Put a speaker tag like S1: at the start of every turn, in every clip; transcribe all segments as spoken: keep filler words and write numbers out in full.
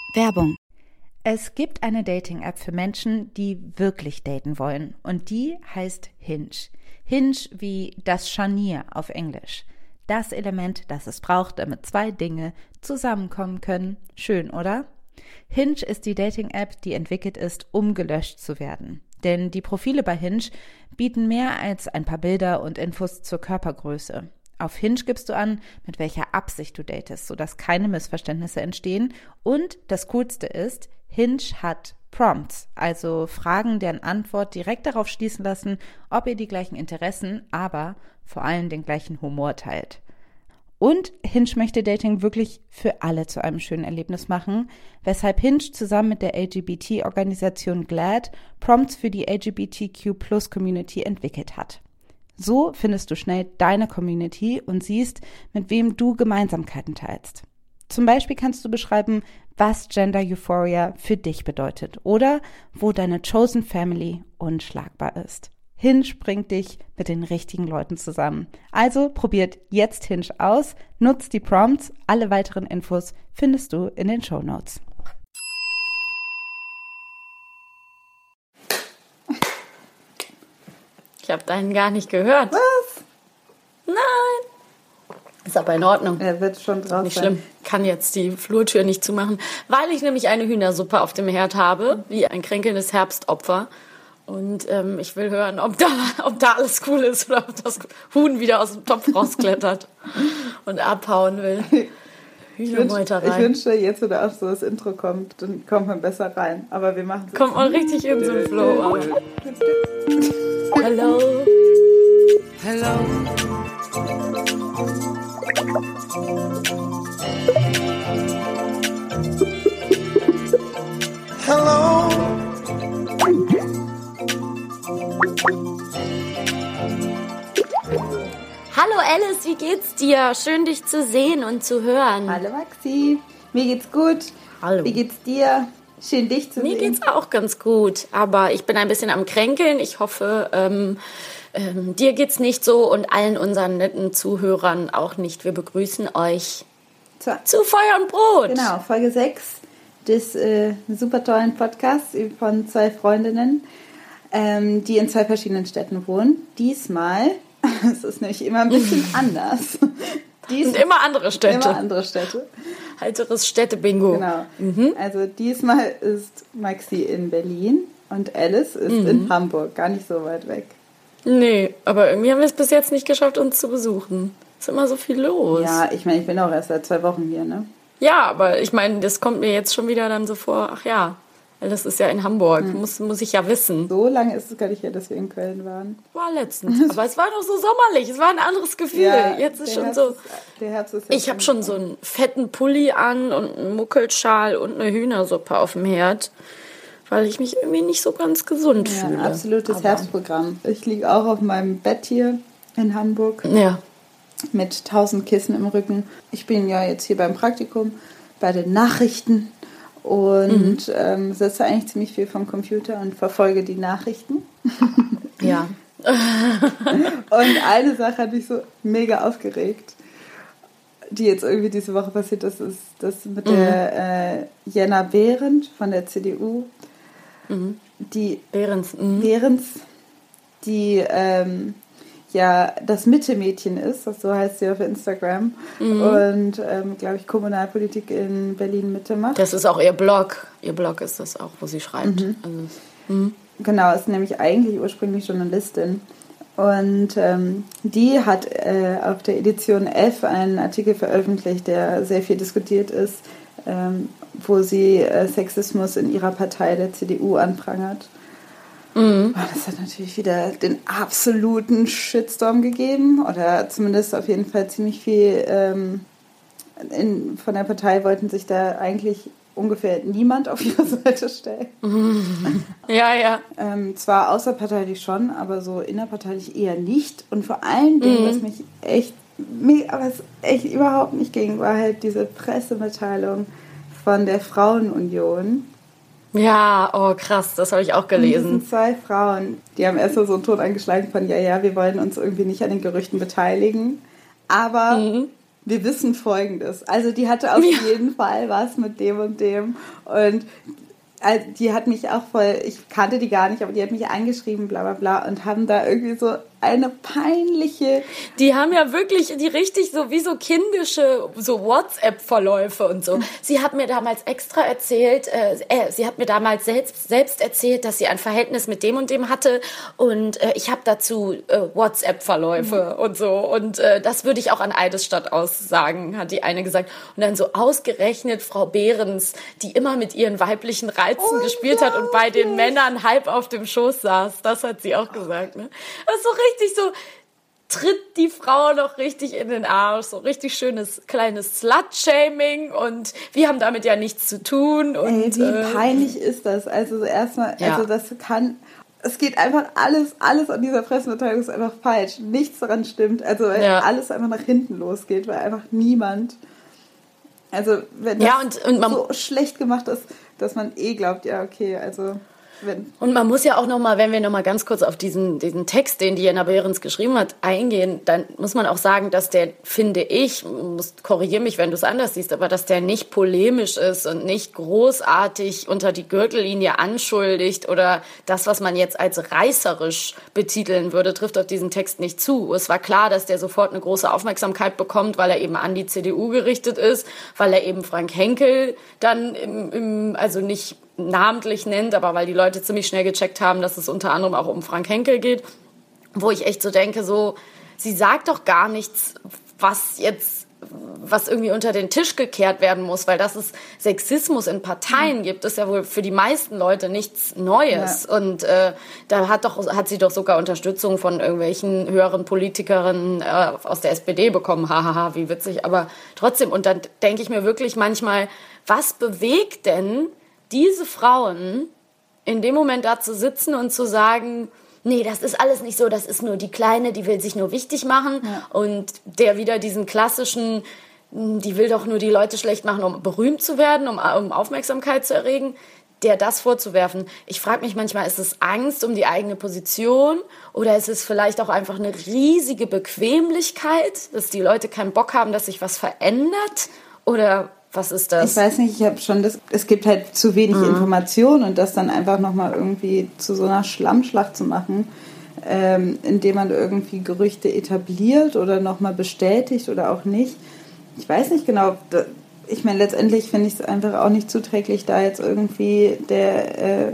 S1: Werbung. Es gibt eine Dating-App für Menschen, die wirklich daten wollen. Und die heißt Hinge. Hinge wie das Scharnier auf Englisch. Das Element, das es braucht, damit zwei Dinge zusammenkommen können. Schön, oder? Hinge ist die Dating-App, die entwickelt ist, um gelöscht zu werden. Denn die Profile bei Hinge bieten mehr als ein paar Bilder und Infos zur Körpergröße. Auf Hinge gibst du an, mit welcher Absicht du datest, sodass keine Missverständnisse entstehen. Und das Coolste ist, Hinge hat Prompts, also Fragen, deren Antwort direkt darauf schließen lassen, ob ihr die gleichen Interessen, aber vor allem den gleichen Humor teilt. Und Hinge möchte Dating wirklich für alle zu einem schönen Erlebnis machen, weshalb Hinge zusammen mit der L G B T-Organisation GLAAD Prompts für die L G B T Q Plus Community entwickelt hat. So findest du schnell deine Community und siehst, mit wem du Gemeinsamkeiten teilst. Zum Beispiel kannst du beschreiben, was Gender Euphoria für dich bedeutet oder wo deine Chosen Family unschlagbar ist. Hinge bringt dich mit den richtigen Leuten zusammen. Also probiert jetzt Hinge aus, nutzt die Prompts, alle weiteren Infos findest du in den Shownotes.
S2: Ich habe deinen gar nicht gehört.
S3: Was?
S2: Nein. Ist aber in Ordnung.
S3: Er wird schon drauf
S2: Nicht
S3: sein.
S2: schlimm. Kann jetzt die Flurtür nicht zumachen, weil ich nämlich eine Hühnersuppe auf dem Herd habe, wie ein kränkelndes Herbstopfer. Und ähm, ich will hören, ob da, ob da alles cool ist oder ob das Huhn wieder aus dem Topf rausklettert und abhauen will. Hühnermeuterei.
S3: Ich wünschte, jetzt, wo da auch so das Intro kommt, dann kommt man besser rein. Aber wir machen es.
S2: Kommt man richtig in so einen Flow. Hello.
S4: Hello. Hello.
S2: Hallo Alice, wie geht's dir? Schön, dich zu sehen und zu hören.
S3: Hallo Maxi, mir geht's gut.
S2: Hallo.
S3: Wie geht's dir? Schön, dich zu
S2: Mir
S3: sehen.
S2: geht's auch ganz gut, aber ich bin ein bisschen am Kränkeln. Ich hoffe, ähm, ähm, dir geht's nicht so und allen unseren netten Zuhörern auch nicht. Wir begrüßen euch
S3: So.
S2: zu Feuer und Brot.
S3: Genau, Folge sechs des äh, super tollen Podcasts von zwei Freundinnen, ähm, die in zwei verschiedenen Städten wohnen. Diesmal, es ist nämlich immer ein bisschen anders. Dies,
S2: Und immer andere Städte.
S3: Immer andere Städte.
S2: Heiteres Städtebingo.
S3: Genau.
S2: Mhm.
S3: Also diesmal ist Maxi in Berlin und Alice ist
S2: Mhm.
S3: in Hamburg, gar nicht so weit weg.
S2: Nee, aber irgendwie haben wir es bis jetzt nicht geschafft, uns zu besuchen. Ist immer so viel los.
S3: Ja, ich meine, ich bin auch erst seit zwei Wochen hier, ne?
S2: Ja, aber ich meine, das kommt mir jetzt schon wieder dann so vor, ach ja, weil das ist ja in Hamburg,
S3: Mhm.
S2: muss, muss ich ja wissen.
S3: So lange ist es gar nicht her, dass wir in Köln waren.
S2: War letztens, aber es war doch so sommerlich, es war ein anderes Gefühl. Jetzt ist
S3: der
S2: schon
S3: Herbst
S2: so,
S3: ist- der Herbst ist ja
S2: ich habe schon so einen fetten Pulli an und einen Muckelschal und eine Hühnersuppe auf dem Herd, weil ich mich irgendwie nicht so ganz gesund
S3: Ja,
S2: fühle.
S3: absolutes
S2: Aber-
S3: Herbstprogramm. Ich liege auch auf meinem Bett hier in Hamburg
S2: Ja,
S3: mit tausend Kissen im Rücken. Ich bin ja jetzt hier beim Praktikum, bei den Nachrichten und
S2: Mhm.
S3: ähm, sitze eigentlich ziemlich viel vom Computer und verfolge die Nachrichten.
S2: ja.
S3: Und eine Sache hat mich so mega aufgeregt, die jetzt irgendwie diese Woche passiert ist, ist das mit
S2: Mhm.
S3: der äh, Jenna Behrendt von der C D U,
S2: Mhm.
S3: die
S2: Behrens, mhm.
S3: Behrens, die ähm, ja das Mitte-Mädchen ist, so heißt sie auf Instagram,
S2: Mhm.
S3: und ähm, glaube ich Kommunalpolitik in Berlin-Mitte macht.
S2: Das ist auch ihr Blog. Ihr Blog ist das auch, wo sie schreibt.
S3: Mhm.
S2: Also, mhm.
S3: Genau, ist nämlich eigentlich ursprünglich Journalistin. Und ähm, die hat äh, auf der Edition F einen Artikel veröffentlicht, der sehr viel diskutiert ist, ähm, wo sie äh, Sexismus in ihrer Partei, der C D U, anprangert.
S2: Mhm.
S3: Und das hat natürlich wieder den absoluten Shitstorm gegeben. Oder zumindest auf jeden Fall ziemlich viel ähm, in, von der Partei wollten sich da eigentlich ungefähr niemand auf ihre Seite stellen.
S2: Ja, ja.
S3: Ähm, zwar außerparteilich schon, aber so innerparteilich eher nicht. Und vor allen Dingen,
S2: Mhm.
S3: was mich echt, mir, aber es echt überhaupt nicht ging, war halt diese Pressemitteilung von der Frauenunion.
S2: Ja, oh krass, das habe ich auch
S3: Und
S2: gelesen.
S3: diesen zwei Frauen, die haben erst so einen Ton angeschlagen von, ja, ja, wir wollen uns irgendwie nicht an den Gerüchten beteiligen. Aber
S2: Mhm.
S3: wir wissen Folgendes. Also die hatte auf ja. jeden Fall was mit dem und dem. Und also die hat mich auch voll, ich kannte die gar nicht, aber die hat mich angeschrieben, bla bla bla, und haben da irgendwie so eine peinliche...
S2: Die haben ja wirklich, die richtig so wie so kindische so WhatsApp-Verläufe und so. Sie hat mir damals extra erzählt, äh, äh, sie hat mir damals selbst, selbst erzählt, dass sie ein Verhältnis mit dem und dem hatte und äh, ich habe dazu äh, WhatsApp-Verläufe mhm. und so und äh, das würde ich auch an Eidesstadt aussagen, hat die eine gesagt. Und dann so ausgerechnet Frau Behrens, die immer mit ihren weiblichen Reizen oh, gespielt hat und bei den Männern halb auf dem Schoß saß, das hat sie auch gesagt. Ne? Das ist so richtig so, tritt die Frau noch richtig in den Arsch, so richtig schönes kleines Slut-Shaming und wir haben damit ja nichts zu tun. Und,
S3: Ey, wie
S2: äh,
S3: peinlich ist das? Also erstmal, ja. also das kann, es geht einfach alles, alles an dieser Pressemitteilung ist einfach falsch. Nichts daran stimmt, also weil ja. alles einfach nach hinten losgeht, weil einfach niemand, also wenn das
S2: ja, und, und man,
S3: so schlecht gemacht ist, dass man eh glaubt, ja okay, also... Wenn.
S2: Und man muss ja auch noch mal, wenn wir noch mal ganz kurz auf diesen, diesen Text, den Diana Behrens geschrieben hat, eingehen, dann muss man auch sagen, dass der, finde ich, musst korrigier mich, wenn du es anders siehst, aber dass der nicht polemisch ist und nicht großartig unter die Gürtellinie anschuldigt oder das, was man jetzt als reißerisch betiteln würde, trifft auf diesen Text nicht zu. Es war klar, dass der sofort eine große Aufmerksamkeit bekommt, weil er eben an die C D U gerichtet ist, weil er eben Frank Henkel dann im, im, also nicht namentlich nennt, aber weil die Leute ziemlich schnell gecheckt haben, dass es unter anderem auch um Frank Henkel geht, wo ich echt so denke, so, sie sagt doch gar nichts, was jetzt, was irgendwie unter den Tisch gekehrt werden muss, weil dass es Sexismus in Parteien mhm. gibt, ist ja wohl für die meisten Leute nichts Neues. Ja. Und äh, da hat doch hat sie doch sogar Unterstützung von irgendwelchen höheren Politikerinnen äh, aus der S P D bekommen. Hahaha, wie witzig. Aber trotzdem, und dann denke ich mir wirklich manchmal, was bewegt denn diese Frauen in dem Moment da zu sitzen und zu sagen, nee, das ist alles nicht so, das ist nur die Kleine, die will sich nur wichtig machen ja. und der wieder diesen klassischen, die will doch nur die Leute schlecht machen, um berühmt zu werden, um, um Aufmerksamkeit zu erregen, der das vorzuwerfen. Ich frage mich manchmal, ist es Angst um die eigene Position oder ist es vielleicht auch einfach eine riesige Bequemlichkeit, dass die Leute keinen Bock haben, dass sich was verändert oder... Was ist das?
S3: Ich weiß nicht, ich habe schon das, es gibt halt zu wenig mhm. Informationen und das dann einfach nochmal irgendwie zu so einer Schlammschlacht zu machen, ähm, indem man irgendwie Gerüchte etabliert oder nochmal bestätigt oder auch nicht. Ich weiß nicht genau, da, ich meine, letztendlich finde ich es einfach auch nicht zuträglich, da jetzt irgendwie der äh,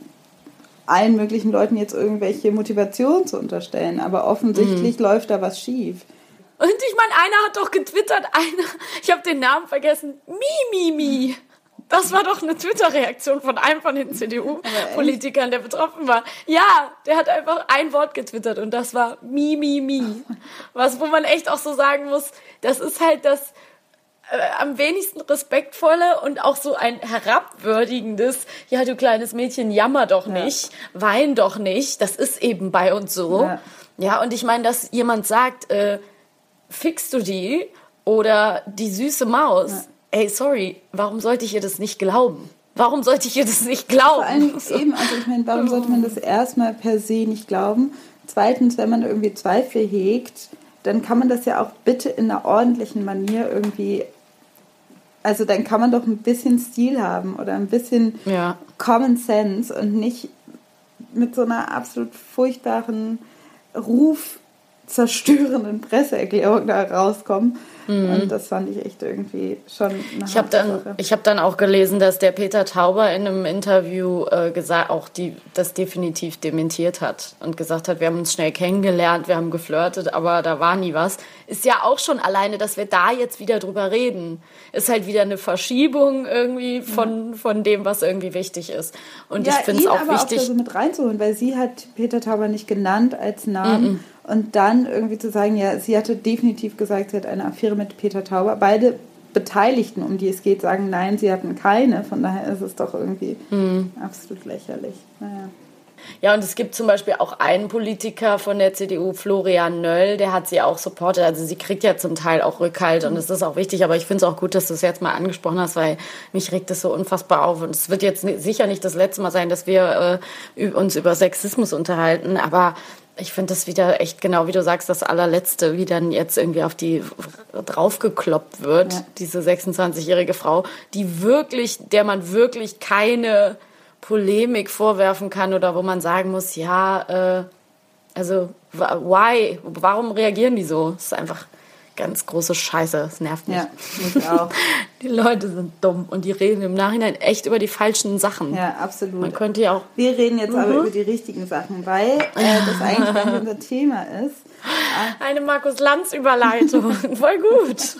S3: allen möglichen Leuten jetzt irgendwelche Motivation zu unterstellen, aber offensichtlich mhm. läuft da was schief.
S2: Und ich meine, einer hat doch getwittert, einer, ich habe den Namen vergessen, Mimimi. Das war doch eine Twitter-Reaktion von einem von den C D U-Politikern, der betroffen war. Ja, der hat einfach ein Wort getwittert und das war Mimimi. Was, wo man echt auch so sagen muss, das ist halt das äh, am wenigsten respektvolle und auch so ein herabwürdigendes, ja, du kleines Mädchen, jammer doch nicht, ja. wein doch nicht, das ist eben bei uns so. Ja, ja und ich meine, dass jemand sagt, äh, fixst du die oder die süße Maus? Ja. Ey, sorry, warum sollte ich ihr das nicht glauben? Warum sollte ich ihr das nicht glauben?
S3: Vor allem so. eben, also ich meine, warum sollte man das erstmal per se nicht glauben? Zweitens, wenn man irgendwie Zweifel hegt, dann kann man das ja auch bitte in einer ordentlichen Manier irgendwie, also dann kann man doch ein bisschen Stil haben oder ein bisschen ja. Common Sense und nicht mit so einer absolut furchtbaren Ruf zerstörenden Presseerklärung da rauskommen. Mhm. Und das fand ich echt irgendwie schon eine
S2: Ich habe dann, ich hab dann auch gelesen, dass der Peter Tauber in einem Interview äh, gesagt, auch die, das definitiv dementiert hat und gesagt hat, wir haben uns schnell kennengelernt, wir haben geflirtet, aber da war nie was. Ist ja auch schon alleine, dass wir da jetzt wieder drüber reden. Ist halt wieder eine Verschiebung irgendwie von, mhm. von dem, was irgendwie wichtig ist. Und
S3: ja,
S2: ich finde es auch
S3: aber
S2: wichtig...
S3: auch da so mit reinzuholen, weil sie hat Peter Tauber nicht genannt als Namen. Mhm. Und dann irgendwie zu sagen, ja, sie hatte definitiv gesagt, sie hat eine Affäre mit Peter Tauber. Beide Beteiligten, um die es geht, sagen, nein, sie hatten keine. Von daher ist es doch irgendwie mhm. absolut lächerlich. Naja.
S2: Ja, und es gibt zum Beispiel auch einen Politiker von der C D U, Florian Nöll, der hat sie auch supportet. Also sie kriegt ja zum Teil auch Rückhalt und es ist auch wichtig. Aber ich finde es auch gut, dass du es jetzt mal angesprochen hast, weil mich regt das so unfassbar auf. Und es wird jetzt sicher nicht das letzte Mal sein, dass wir äh, uns über Sexismus unterhalten. Aber Ich finde das wieder echt, genau wie du sagst, das allerletzte, wie dann jetzt irgendwie auf die draufgekloppt wird, ja. Diese sechsundzwanzigjährige Frau, die wirklich, der man wirklich keine Polemik vorwerfen kann oder wo man sagen muss, ja, äh, also why, warum reagieren die so? Das ist einfach ganz große Scheiße, das nervt mich.
S3: Ja, mich auch.
S2: Die Leute sind dumm und die reden im Nachhinein echt über die falschen Sachen.
S3: Ja, absolut.
S2: Man könnte ja auch...
S3: Wir reden jetzt mhm. aber über die richtigen Sachen, weil äh, das eigentlich gar nicht unser Thema ist.
S2: Eine Markus-Lanz-Überleitung, voll gut.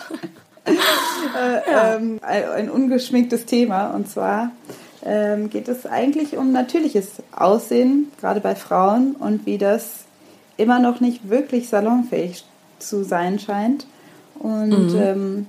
S3: äh, ja. ähm, ein ungeschminktes Thema, und zwar ähm, geht es eigentlich um natürliches Aussehen, gerade bei Frauen, und wie das immer noch nicht wirklich salonfähig zu sein scheint. Und
S2: mhm.
S3: ähm,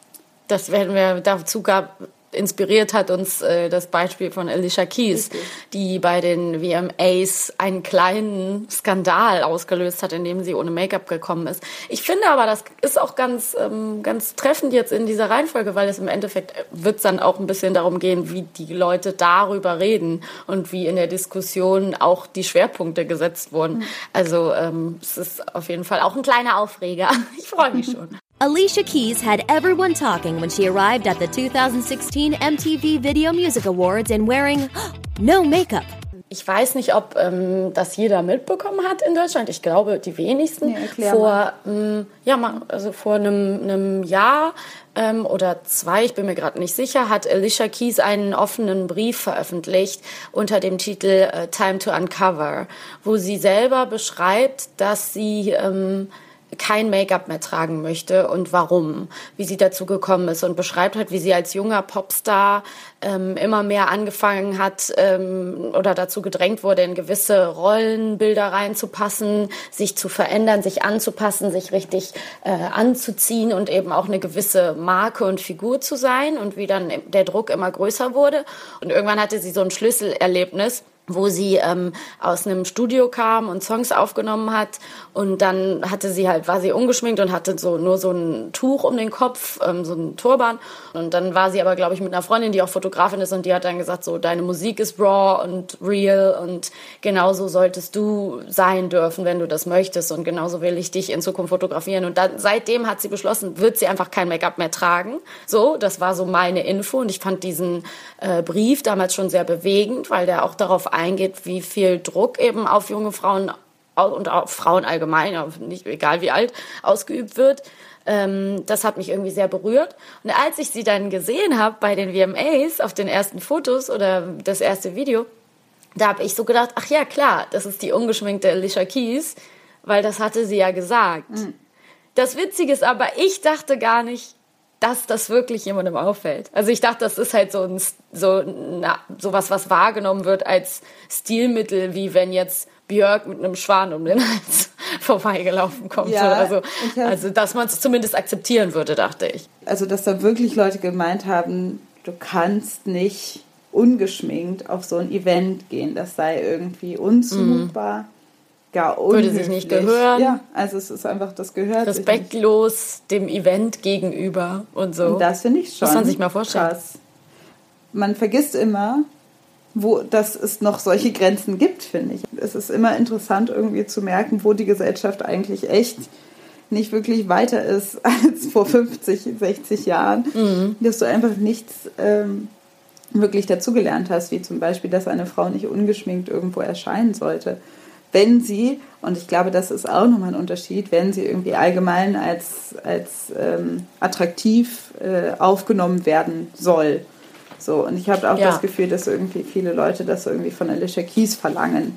S2: das werden wir dazu gab inspiriert hat uns äh, das Beispiel von Alicia Keys, richtig. Die bei den V M As einen kleinen Skandal ausgelöst hat, indem sie ohne Make-up gekommen ist. Ich finde aber, das ist auch ganz ähm, ganz treffend jetzt in dieser Reihenfolge, weil es im Endeffekt wird es dann auch ein bisschen darum gehen, wie die Leute darüber reden und wie in der Diskussion auch die Schwerpunkte gesetzt wurden. Mhm. Also ähm, es ist auf jeden Fall auch ein kleiner Aufreger. Ich freue mich schon.
S5: Alicia Keys had everyone talking when she arrived at the twenty sixteen M T V Video Music Awards and wearing no makeup.
S2: Ich weiß nicht, ob ähm, das jeder mitbekommen hat in Deutschland. Ich glaube, die wenigsten. Ja, vor ähm, ja, also vor einem, einem Jahr ähm, oder zwei, ich bin mir gerade nicht sicher, hat Alicia Keys einen offenen Brief veröffentlicht unter dem Titel äh, Time to Uncover, wo sie selber beschreibt, dass sie ähm, kein Make-up mehr tragen möchte und warum, wie sie dazu gekommen ist, und beschreibt halt, wie sie als junger Popstar ähm, immer mehr angefangen hat ähm, oder dazu gedrängt wurde, in gewisse Rollenbilder reinzupassen, sich zu verändern, sich anzupassen, sich richtig äh, anzuziehen und eben auch eine gewisse Marke und Figur zu sein, und wie dann der Druck immer größer wurde. Und irgendwann hatte sie so ein Schlüsselerlebnis, wo sie ähm, aus einem Studio kam und Songs aufgenommen hat, und dann hatte sie halt, war sie ungeschminkt und hatte so nur so ein Tuch um den Kopf, ähm, so ein Turban, und dann war sie aber, glaube ich, mit einer Freundin, die auch Fotografin ist, und die hat dann gesagt, so, deine Musik ist raw und real und genauso solltest du sein dürfen, wenn du das möchtest, und genauso will ich dich in Zukunft fotografieren. Und dann, seitdem hat sie beschlossen, wird sie einfach kein Make-up mehr tragen. So, das war so meine Info, und ich fand diesen äh, Brief damals schon sehr bewegend, weil der auch darauf eingeht, wie viel Druck eben auf junge Frauen und auf Frauen allgemein, nicht egal wie alt, ausgeübt wird. Ähm, das hat mich irgendwie sehr berührt. Und als ich sie dann gesehen habe bei den V M As auf den ersten Fotos oder das erste Video, da habe ich so gedacht, ach ja, klar, das ist die ungeschminkte Alicia Keys, weil das hatte sie ja gesagt. Mhm. Das Witzige ist aber, ich dachte gar nicht, dass das wirklich jemandem auffällt. Also ich dachte, das ist halt so ein so na, sowas, was wahrgenommen wird als Stilmittel, wie wenn jetzt Björk mit einem Schwan um den Hals vorbeigelaufen kommt. Ja, oder so. Also dass man es zumindest akzeptieren würde, dachte ich.
S3: Also dass da wirklich Leute gemeint haben, du kannst nicht ungeschminkt auf so ein Event gehen, das sei irgendwie unzumutbar. Mhm. Gar
S2: würde sich nicht gehören.
S3: Ja, also es ist einfach, das gehört
S2: respektlos dem Event gegenüber und so.
S3: Und das finde ich schon
S2: muss man sich mal vorstellen.
S3: Krass. Man vergisst immer, wo, dass es noch solche Grenzen gibt, finde ich. Es ist immer interessant irgendwie zu merken, wo die Gesellschaft eigentlich echt nicht wirklich weiter ist als vor fünfzig, sechzig Jahren. Mhm. Dass du einfach nichts ähm, wirklich dazugelernt hast, wie zum Beispiel, dass eine Frau nicht ungeschminkt irgendwo erscheinen sollte. Wenn sie, und ich glaube, das ist auch nochmal ein Unterschied, wenn sie irgendwie allgemein als, als ähm, attraktiv äh, aufgenommen werden soll. So, und ich habe auch ja. das Gefühl, dass irgendwie viele Leute das irgendwie von Alicia Keys verlangen.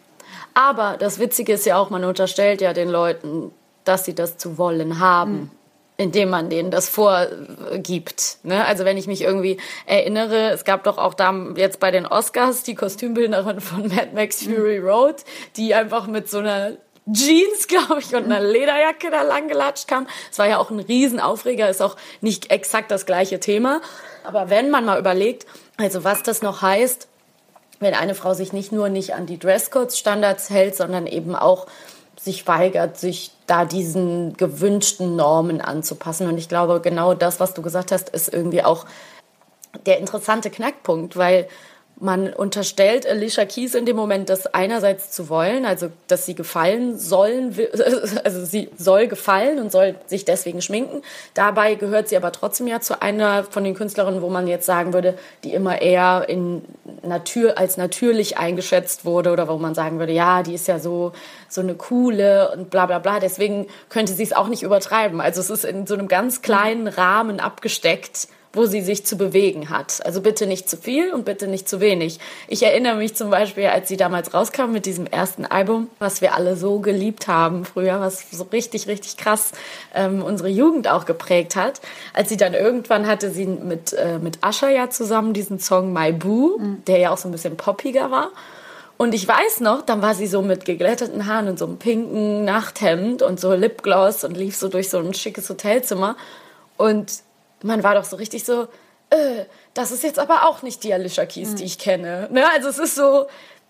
S2: Aber das Witzige ist ja auch, man unterstellt ja den Leuten, dass sie das zu wollen haben. Mhm. Indem man denen das vorgibt. Ne? Also wenn ich mich irgendwie erinnere, es gab doch auch da jetzt bei den Oscars die Kostümbildnerin von Mad Max Fury Road, die einfach mit so einer Jeans, glaube ich, und einer Lederjacke da lang gelatscht kam. Es war ja auch ein Riesenaufreger, ist auch nicht exakt das gleiche Thema. Aber wenn man mal überlegt, also was das noch heißt, wenn eine Frau sich nicht nur nicht an die Dresscode-Standards hält, sondern eben auch sich weigert, sich da diesen gewünschten Normen anzupassen. Und ich glaube, genau das, was du gesagt hast, ist irgendwie auch der interessante Knackpunkt, weil man unterstellt Alicia Keys in dem Moment, das einerseits zu wollen, also dass sie gefallen sollen, also sie soll gefallen und soll sich deswegen schminken. Dabei gehört sie aber trotzdem ja zu einer von den Künstlerinnen, wo man jetzt sagen würde, die immer eher in Natur, als natürlich eingeschätzt wurde oder wo man sagen würde, ja, die ist ja so, so eine coole und bla bla bla. Deswegen könnte sie es auch nicht übertreiben. Also es ist in so einem ganz kleinen Rahmen abgesteckt, wo sie sich zu bewegen hat. Also bitte nicht zu viel und bitte nicht zu wenig. Ich erinnere mich zum Beispiel, als sie damals rauskam mit diesem ersten Album, was wir alle so geliebt haben früher, was so richtig, richtig krass ähm, unsere Jugend auch geprägt hat. Als sie dann irgendwann hatte sie mit, äh, mit Usher ja zusammen diesen Song My Boo, mhm. der ja auch so ein bisschen poppiger war. Und ich weiß noch, dann war sie so mit geglätteten Haaren und so einem pinken Nachthemd und so Lipgloss und lief so durch so ein schickes Hotelzimmer. Und man war doch so richtig so, äh, das ist jetzt aber auch nicht die Alicia Keys, mhm. die ich kenne. Ne? Also es ist so,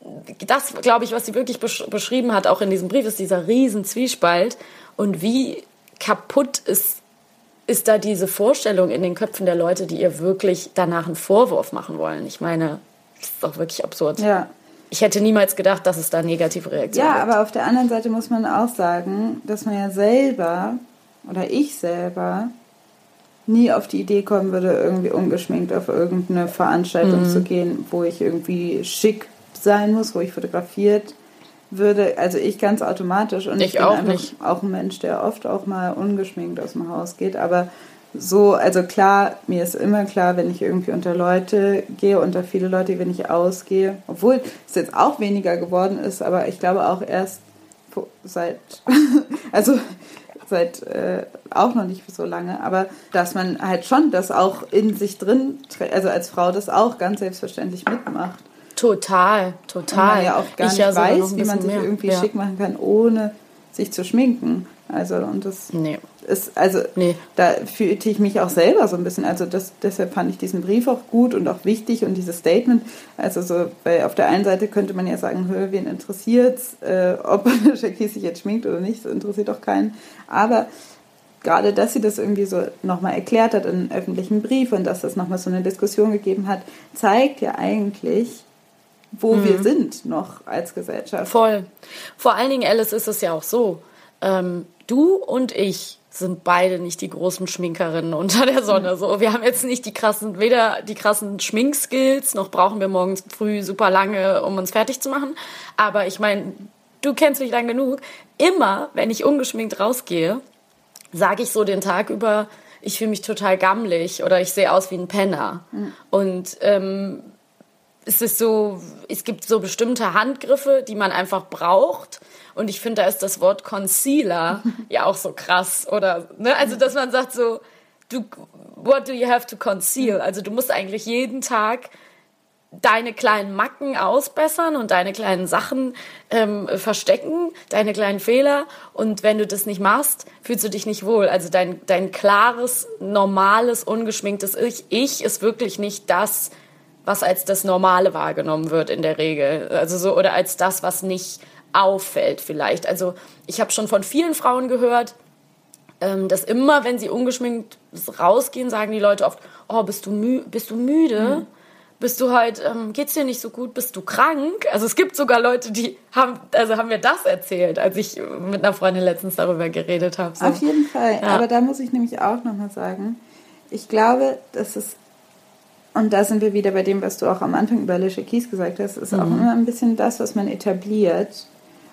S2: das glaube ich, was sie wirklich besch- beschrieben hat, auch in diesem Brief, ist dieser riesen Zwiespalt. Und wie kaputt ist, ist da diese Vorstellung in den Köpfen der Leute, die ihr wirklich danach einen Vorwurf machen wollen. Ich meine, das ist doch wirklich absurd.
S3: Ja.
S2: Ich hätte niemals gedacht, dass es da negative Reaktionen gibt.
S3: Ja, aber auf der anderen Seite muss man auch sagen, dass man ja selber, oder ich selber, nie auf die Idee kommen würde, irgendwie ungeschminkt auf irgendeine Veranstaltung mhm. zu gehen, wo ich irgendwie schick sein muss, wo ich fotografiert würde. Also ich ganz automatisch. Und ich, ich bin auch einfach nicht. Auch ein Mensch, der oft auch mal ungeschminkt aus dem Haus geht. Aber so, also klar, mir ist immer klar, wenn ich irgendwie unter Leute gehe, unter viele Leute, wenn ich ausgehe, obwohl es jetzt auch weniger geworden ist, aber ich glaube auch erst seit, also seit äh, auch noch nicht so lange, aber dass man halt schon das auch in sich drin, also als Frau das auch ganz selbstverständlich mitmacht.
S2: Total, total.
S3: Und man ja auch gar
S2: ich
S3: nicht
S2: ja
S3: weiß, wie man sich
S2: mehr.
S3: irgendwie
S2: ja.
S3: schick machen kann, ohne sich zu schminken. Also und das
S2: nee.
S3: ist, also
S2: nee.
S3: da fühlte ich mich auch selber so ein bisschen, also das, deshalb fand ich diesen Brief auch gut und auch wichtig und dieses Statement, also so, weil auf der einen Seite könnte man ja sagen, hör, wen interessiert's, äh, ob Alicia Keys sich jetzt schminkt oder nicht, das interessiert doch keinen, aber gerade, dass sie das irgendwie so nochmal erklärt hat in einem öffentlichen Brief und dass das nochmal so eine Diskussion gegeben hat, zeigt ja eigentlich, wo mhm. wir sind noch als Gesellschaft.
S2: Voll. Vor allen Dingen, Alice, ist es ja auch so, ähm, du und ich sind beide nicht die großen Schminkerinnen unter der Sonne. So, wir haben jetzt nicht die krassen, weder die krassen Schminkskills, noch brauchen wir morgens früh super lange, um uns fertig zu machen. Aber ich meine, du kennst mich lang genug. Immer, wenn ich ungeschminkt rausgehe, sage ich so den Tag über, ich fühle mich total gammelig oder ich sehe aus wie ein Penner. Mhm. Und ähm, es ist so, es gibt so bestimmte Handgriffe, die man einfach braucht. Und ich finde, da ist das Wort Concealer ja auch so krass. Oder, ne? Also, dass man sagt so, du, what do you have to conceal? Also, du musst eigentlich jeden Tag deine kleinen Macken ausbessern und deine kleinen Sachen ähm, verstecken, deine kleinen Fehler. Und wenn du das nicht machst, fühlst du dich nicht wohl. Also, dein, dein klares, normales, ungeschminktes Ich, ich ist wirklich nicht das, was als das Normale wahrgenommen wird in der Regel. Also so, oder als das, was nicht auffällt vielleicht. Also ich habe schon von vielen Frauen gehört, ähm, dass immer, wenn sie ungeschminkt rausgehen, sagen die Leute oft, oh, bist du, mü- bist du müde? Mhm. Bist du halt, ähm, geht's dir nicht so gut? Bist du krank? Also es gibt sogar Leute, die haben, also haben mir das erzählt, als ich mit einer Freundin letztens darüber geredet habe. So.
S3: Auf jeden Fall.
S2: Ja.
S3: Aber da muss ich nämlich auch nochmal sagen, ich glaube, dass es, und da sind wir wieder bei dem, was du auch am Anfang über Alicia Keys gesagt hast, ist mhm. auch immer ein bisschen das, was man etabliert.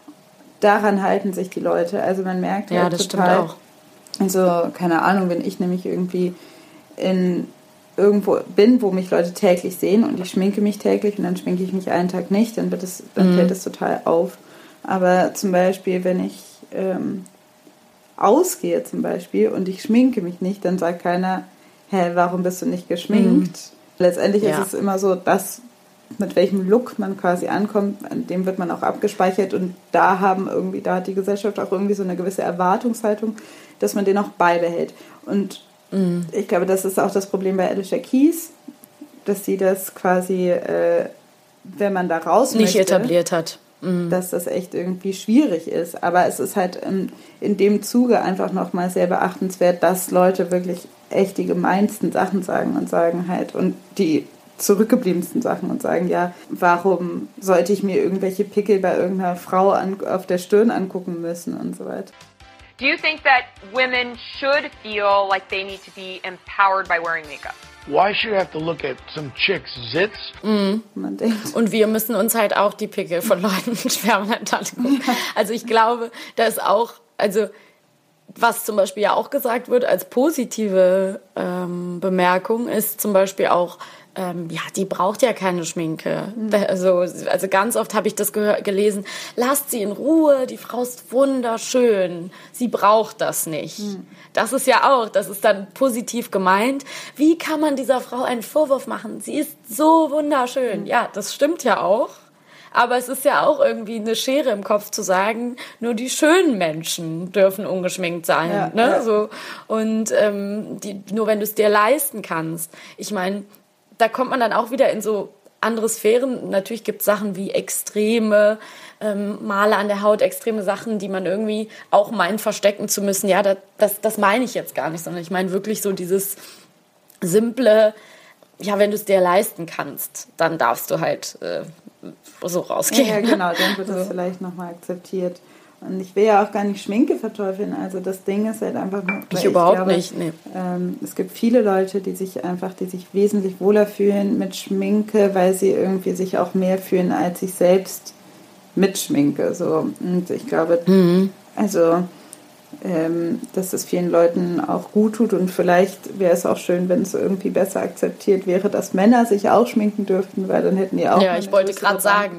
S3: Daran halten sich die Leute. Also man merkt
S2: ja,
S3: halt
S2: das
S3: total,
S2: stimmt auch.
S3: Also keine Ahnung, wenn ich nämlich irgendwie in irgendwo bin, wo mich Leute täglich sehen und ich schminke mich täglich und dann schminke ich mich einen Tag nicht, dann wird es, dann mhm. fällt es total auf. Aber zum Beispiel, wenn ich ähm, ausgehe zum Beispiel und ich schminke mich nicht, dann sagt keiner, hä, warum bist du nicht geschminkt? Mhm. Letztendlich ja. ist es immer so, dass mit welchem Look man quasi ankommt, an dem wird man auch abgespeichert und da haben irgendwie, da hat die Gesellschaft auch irgendwie so eine gewisse Erwartungshaltung, dass man den auch beibehält. Und mhm. ich glaube, das ist auch das Problem bei Alicia Keys, dass sie das quasi, äh, wenn man da raus
S2: nicht
S3: möchte,
S2: etabliert hat. Mhm.
S3: Dass das echt irgendwie schwierig ist. Aber es ist halt in, in dem Zuge einfach nochmal sehr beachtenswert, dass Leute wirklich echt die gemeinsten Sachen sagen und sagen halt, und die zurückgebliebensten Sachen und sagen, ja, warum sollte ich mir irgendwelche Pickel bei irgendeiner Frau an, auf der Stirn angucken müssen und so weiter.
S6: Do you think that women should feel like they need to be empowered by wearing makeup?
S4: Why should I have to look at some chick's zits?
S2: Mhm.
S3: Man denkt.
S2: Und wir müssen uns halt auch die Pickel von Leuten permanent angucken. Also ich glaube, da ist auch, also was zum Beispiel ja auch gesagt wird als positive ähm, Bemerkung, ist zum Beispiel auch, ähm, ja, die braucht ja keine Schminke. Mhm. Also, also ganz oft habe ich das gehör- gelesen, lasst sie in Ruhe, die Frau ist wunderschön, sie braucht das nicht. Mhm. Das ist ja auch, das ist dann positiv gemeint. Wie kann man dieser Frau einen Vorwurf machen? Sie ist so wunderschön. Mhm. Ja, das stimmt ja auch. Aber es ist ja auch irgendwie eine Schere im Kopf zu sagen, nur die schönen Menschen dürfen ungeschminkt sein.
S3: Ja,
S2: ne?
S3: ja.
S2: So. Und ähm, die, nur wenn du es dir leisten kannst. Ich meine, da kommt man dann auch wieder in so andere Sphären. Natürlich gibt es Sachen wie extreme ähm, Male an der Haut, extreme Sachen, die man irgendwie auch meint, verstecken zu müssen. Ja, das, das, das meine ich jetzt gar nicht, sondern ich meine wirklich so dieses simple, ja, wenn du es dir leisten kannst, dann darfst du halt äh, so rausgehen.
S3: Ja, ja, genau, dann wird das vielleicht nochmal akzeptiert. Und ich will ja auch gar nicht Schminke verteufeln. Also das Ding ist halt einfach nur...
S2: Ich überhaupt glaube, nicht, nee.
S3: Ähm, es gibt viele Leute, die sich einfach, die sich wesentlich wohler fühlen mit Schminke, weil sie irgendwie sich auch mehr fühlen als sich selbst mit Schminke. So. Und ich glaube, mhm. also ähm, dass es vielen Leuten auch gut tut und vielleicht wäre es auch schön, wenn es irgendwie besser akzeptiert wäre, dass Männer sich auch schminken dürften, weil dann hätten die auch...
S2: Ja, ich wollte gerade sagen,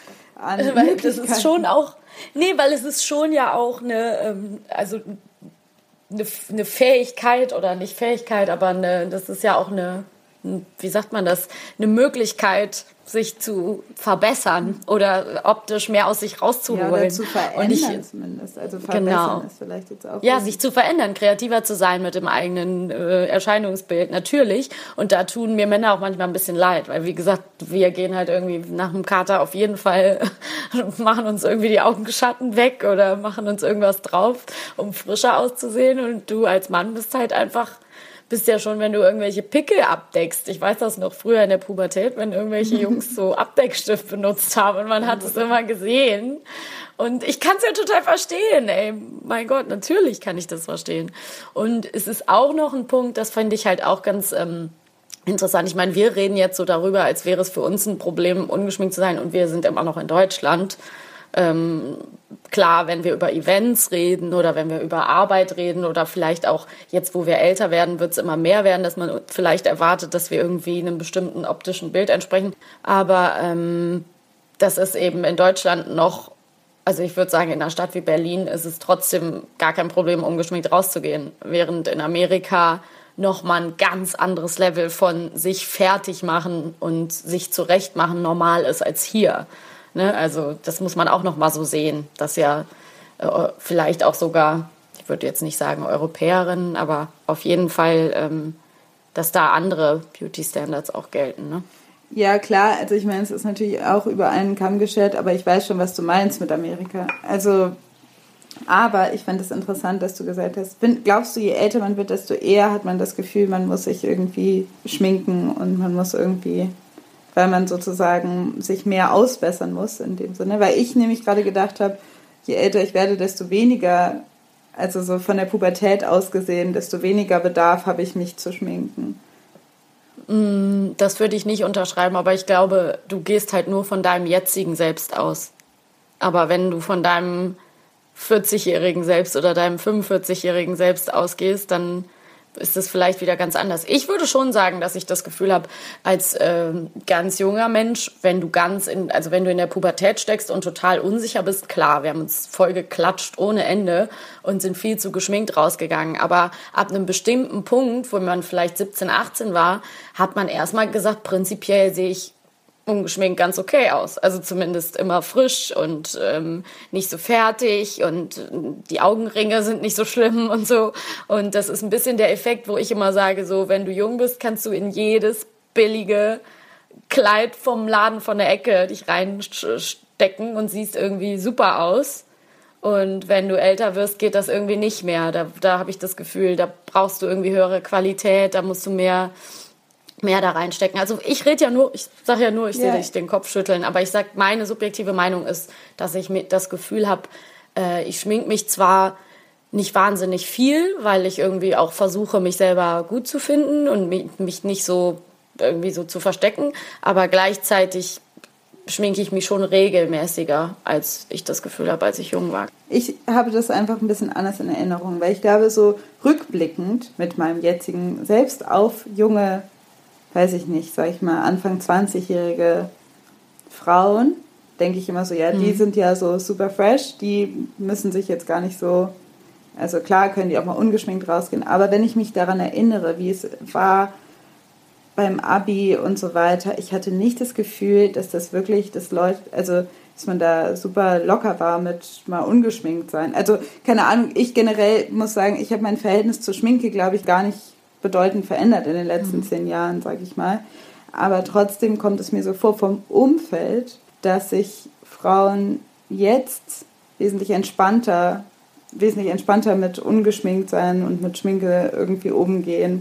S2: weil das ist schon auch... Nee, weil es ist schon ja auch eine, ähm, also eine, eine Fähigkeit oder nicht Fähigkeit, aber eine, das ist ja auch eine, wie sagt man das, eine Möglichkeit, sich zu verbessern oder optisch mehr aus sich rauszuholen.
S3: Ja, oder zu verändern
S2: und ich,
S3: zumindest. Also verbessern
S2: genau.
S3: ist vielleicht jetzt auch...
S2: Ja, sich zu verändern, kreativer zu sein mit dem eigenen äh, Erscheinungsbild, natürlich. Und da tun mir Männer auch manchmal ein bisschen leid, weil wie gesagt, wir gehen halt irgendwie nach dem Kater auf jeden Fall, machen uns irgendwie die Augenschatten weg oder machen uns irgendwas drauf, um frischer auszusehen. Und du als Mann bist halt einfach... bist ja schon, wenn du irgendwelche Pickel abdeckst. Ich weiß das noch früher in der Pubertät, wenn irgendwelche Jungs so Abdeckstift benutzt haben und man hat es immer gesehen. Und ich kann es ja total verstehen, ey. Mein Gott, natürlich kann ich das verstehen. Und es ist auch noch ein Punkt, das fand ich halt auch ganz ähm, interessant. Ich meine, wir reden jetzt so darüber, als wäre es für uns ein Problem, ungeschminkt zu sein und wir sind immer noch in Deutschland. Ähm, klar, wenn wir über Events reden oder wenn wir über Arbeit reden oder vielleicht auch jetzt, wo wir älter werden, wird es immer mehr werden, dass man vielleicht erwartet, dass wir irgendwie einem bestimmten optischen Bild entsprechen. Aber ähm, das ist eben in Deutschland noch, also ich würde sagen, in einer Stadt wie Berlin ist es trotzdem gar kein Problem, ungeschminkt rauszugehen. Während in Amerika noch mal ein ganz anderes Level von sich fertig machen und sich zurechtmachen normal ist als hier. Ne, also das muss man auch noch mal so sehen, dass ja äh, vielleicht auch sogar, ich würde jetzt nicht sagen Europäerinnen, aber auf jeden Fall, ähm, dass da andere Beauty-Standards auch gelten. Ne?
S3: Ja, klar, also ich meine, es ist natürlich auch über einen Kamm geschert, aber ich weiß schon, was du meinst mit Amerika. Also, aber ich fand es interessant, dass du gesagt hast, glaubst du, je älter man wird, desto eher hat man das Gefühl, man muss sich irgendwie schminken und man muss irgendwie... weil man sozusagen sich mehr ausbessern muss in dem Sinne. Weil ich nämlich gerade gedacht habe, je älter ich werde, desto weniger, also so von der Pubertät aus gesehen, desto weniger Bedarf habe ich, mich zu schminken.
S2: Das würde ich nicht unterschreiben, aber ich glaube, du gehst halt nur von deinem jetzigen Selbst aus. Aber wenn du von deinem vierzigjährigen Selbst oder deinem fünfundvierzigjährigen Selbst ausgehst, dann ist es vielleicht wieder ganz anders. Ich würde schon sagen, dass ich das Gefühl habe, als äh, ganz junger Mensch, wenn du ganz in, also wenn du in der Pubertät steckst und total unsicher bist, klar, wir haben uns voll geklatscht ohne Ende und sind viel zu geschminkt rausgegangen. Aber ab einem bestimmten Punkt, wo man vielleicht siebzehn, achtzehn war, hat man erstmal gesagt, prinzipiell sehe ich ungeschminkt ganz okay aus. Also zumindest immer frisch und ähm, nicht so fertig und die Augenringe sind nicht so schlimm und so. Und das ist ein bisschen der Effekt, wo ich immer sage, so wenn du jung bist, kannst du in jedes billige Kleid vom Laden von der Ecke dich reinstecken und siehst irgendwie super aus. Und wenn du älter wirst, geht das irgendwie nicht mehr. Da, da habe ich das Gefühl, da brauchst du irgendwie höhere Qualität, da musst du mehr mehr da reinstecken. Also ich rede ja nur, ich sage ja nur, ich
S3: Ja.
S2: sehe dich den Kopf schütteln, aber ich sag, meine subjektive Meinung ist, dass ich mit das Gefühl habe, äh, ich schmink mich zwar nicht wahnsinnig viel, weil ich irgendwie auch versuche, mich selber gut zu finden und mich, mich nicht so irgendwie so zu verstecken, aber gleichzeitig schminke ich mich schon regelmäßiger, als ich das Gefühl habe, als ich jung war.
S3: Ich habe das einfach ein bisschen anders in Erinnerung, weil ich glaube, so rückblickend mit meinem jetzigen Selbst auf junge, weiß ich nicht, sag ich mal, Anfang zwanzigjährige Frauen, denke ich immer so, ja, die
S2: Mhm.
S3: sind ja so super fresh, die müssen sich jetzt gar nicht so, also klar können die auch mal ungeschminkt rausgehen, aber wenn ich mich daran erinnere, wie es war beim Abi und so weiter, ich hatte nicht das Gefühl, dass das wirklich, das Leute, also dass man da super locker war mit mal ungeschminkt sein. Also keine Ahnung, ich generell muss sagen, ich habe mein Verhältnis zur Schminke, glaube ich, gar nicht bedeutend verändert in den letzten mhm. zehn Jahren, sage ich mal. Aber trotzdem kommt es mir so vor vom Umfeld, dass sich Frauen jetzt wesentlich entspannter, wesentlich entspannter mit ungeschminkt sein und mit Schminke irgendwie umgehen.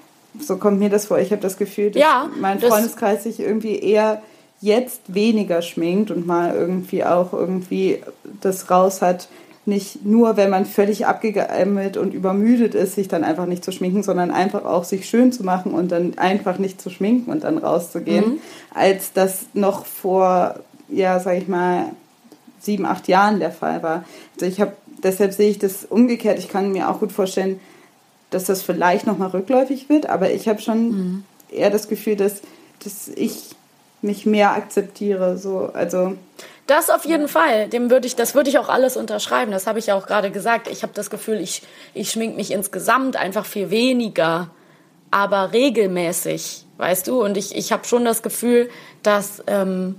S3: So kommt mir das vor. Ich habe das Gefühl, dass
S2: ja,
S3: mein
S2: das
S3: Freundeskreis sich irgendwie eher jetzt weniger schminkt und mal irgendwie auch irgendwie das raus hat, nicht nur, wenn man völlig abgegammelt und übermüdet ist, sich dann einfach nicht zu schminken, sondern einfach auch sich schön zu machen und dann einfach nicht zu schminken und dann rauszugehen, mhm. als das noch vor, ja, sag ich mal, sieben, acht Jahren der Fall war. Also ich habe, deshalb sehe ich das umgekehrt. Ich kann mir auch gut vorstellen, dass das vielleicht nochmal rückläufig wird, aber ich habe schon mhm. eher das Gefühl, dass, dass ich mich mehr akzeptiere. So, also
S2: das auf jeden ja. Fall. Dem würde ich, das würde ich auch alles unterschreiben. Das habe ich ja auch gerade gesagt. Ich habe das Gefühl, ich, ich schmink mich insgesamt einfach viel weniger, aber regelmäßig, weißt du? Und ich, ich habe schon das Gefühl, dass ähm,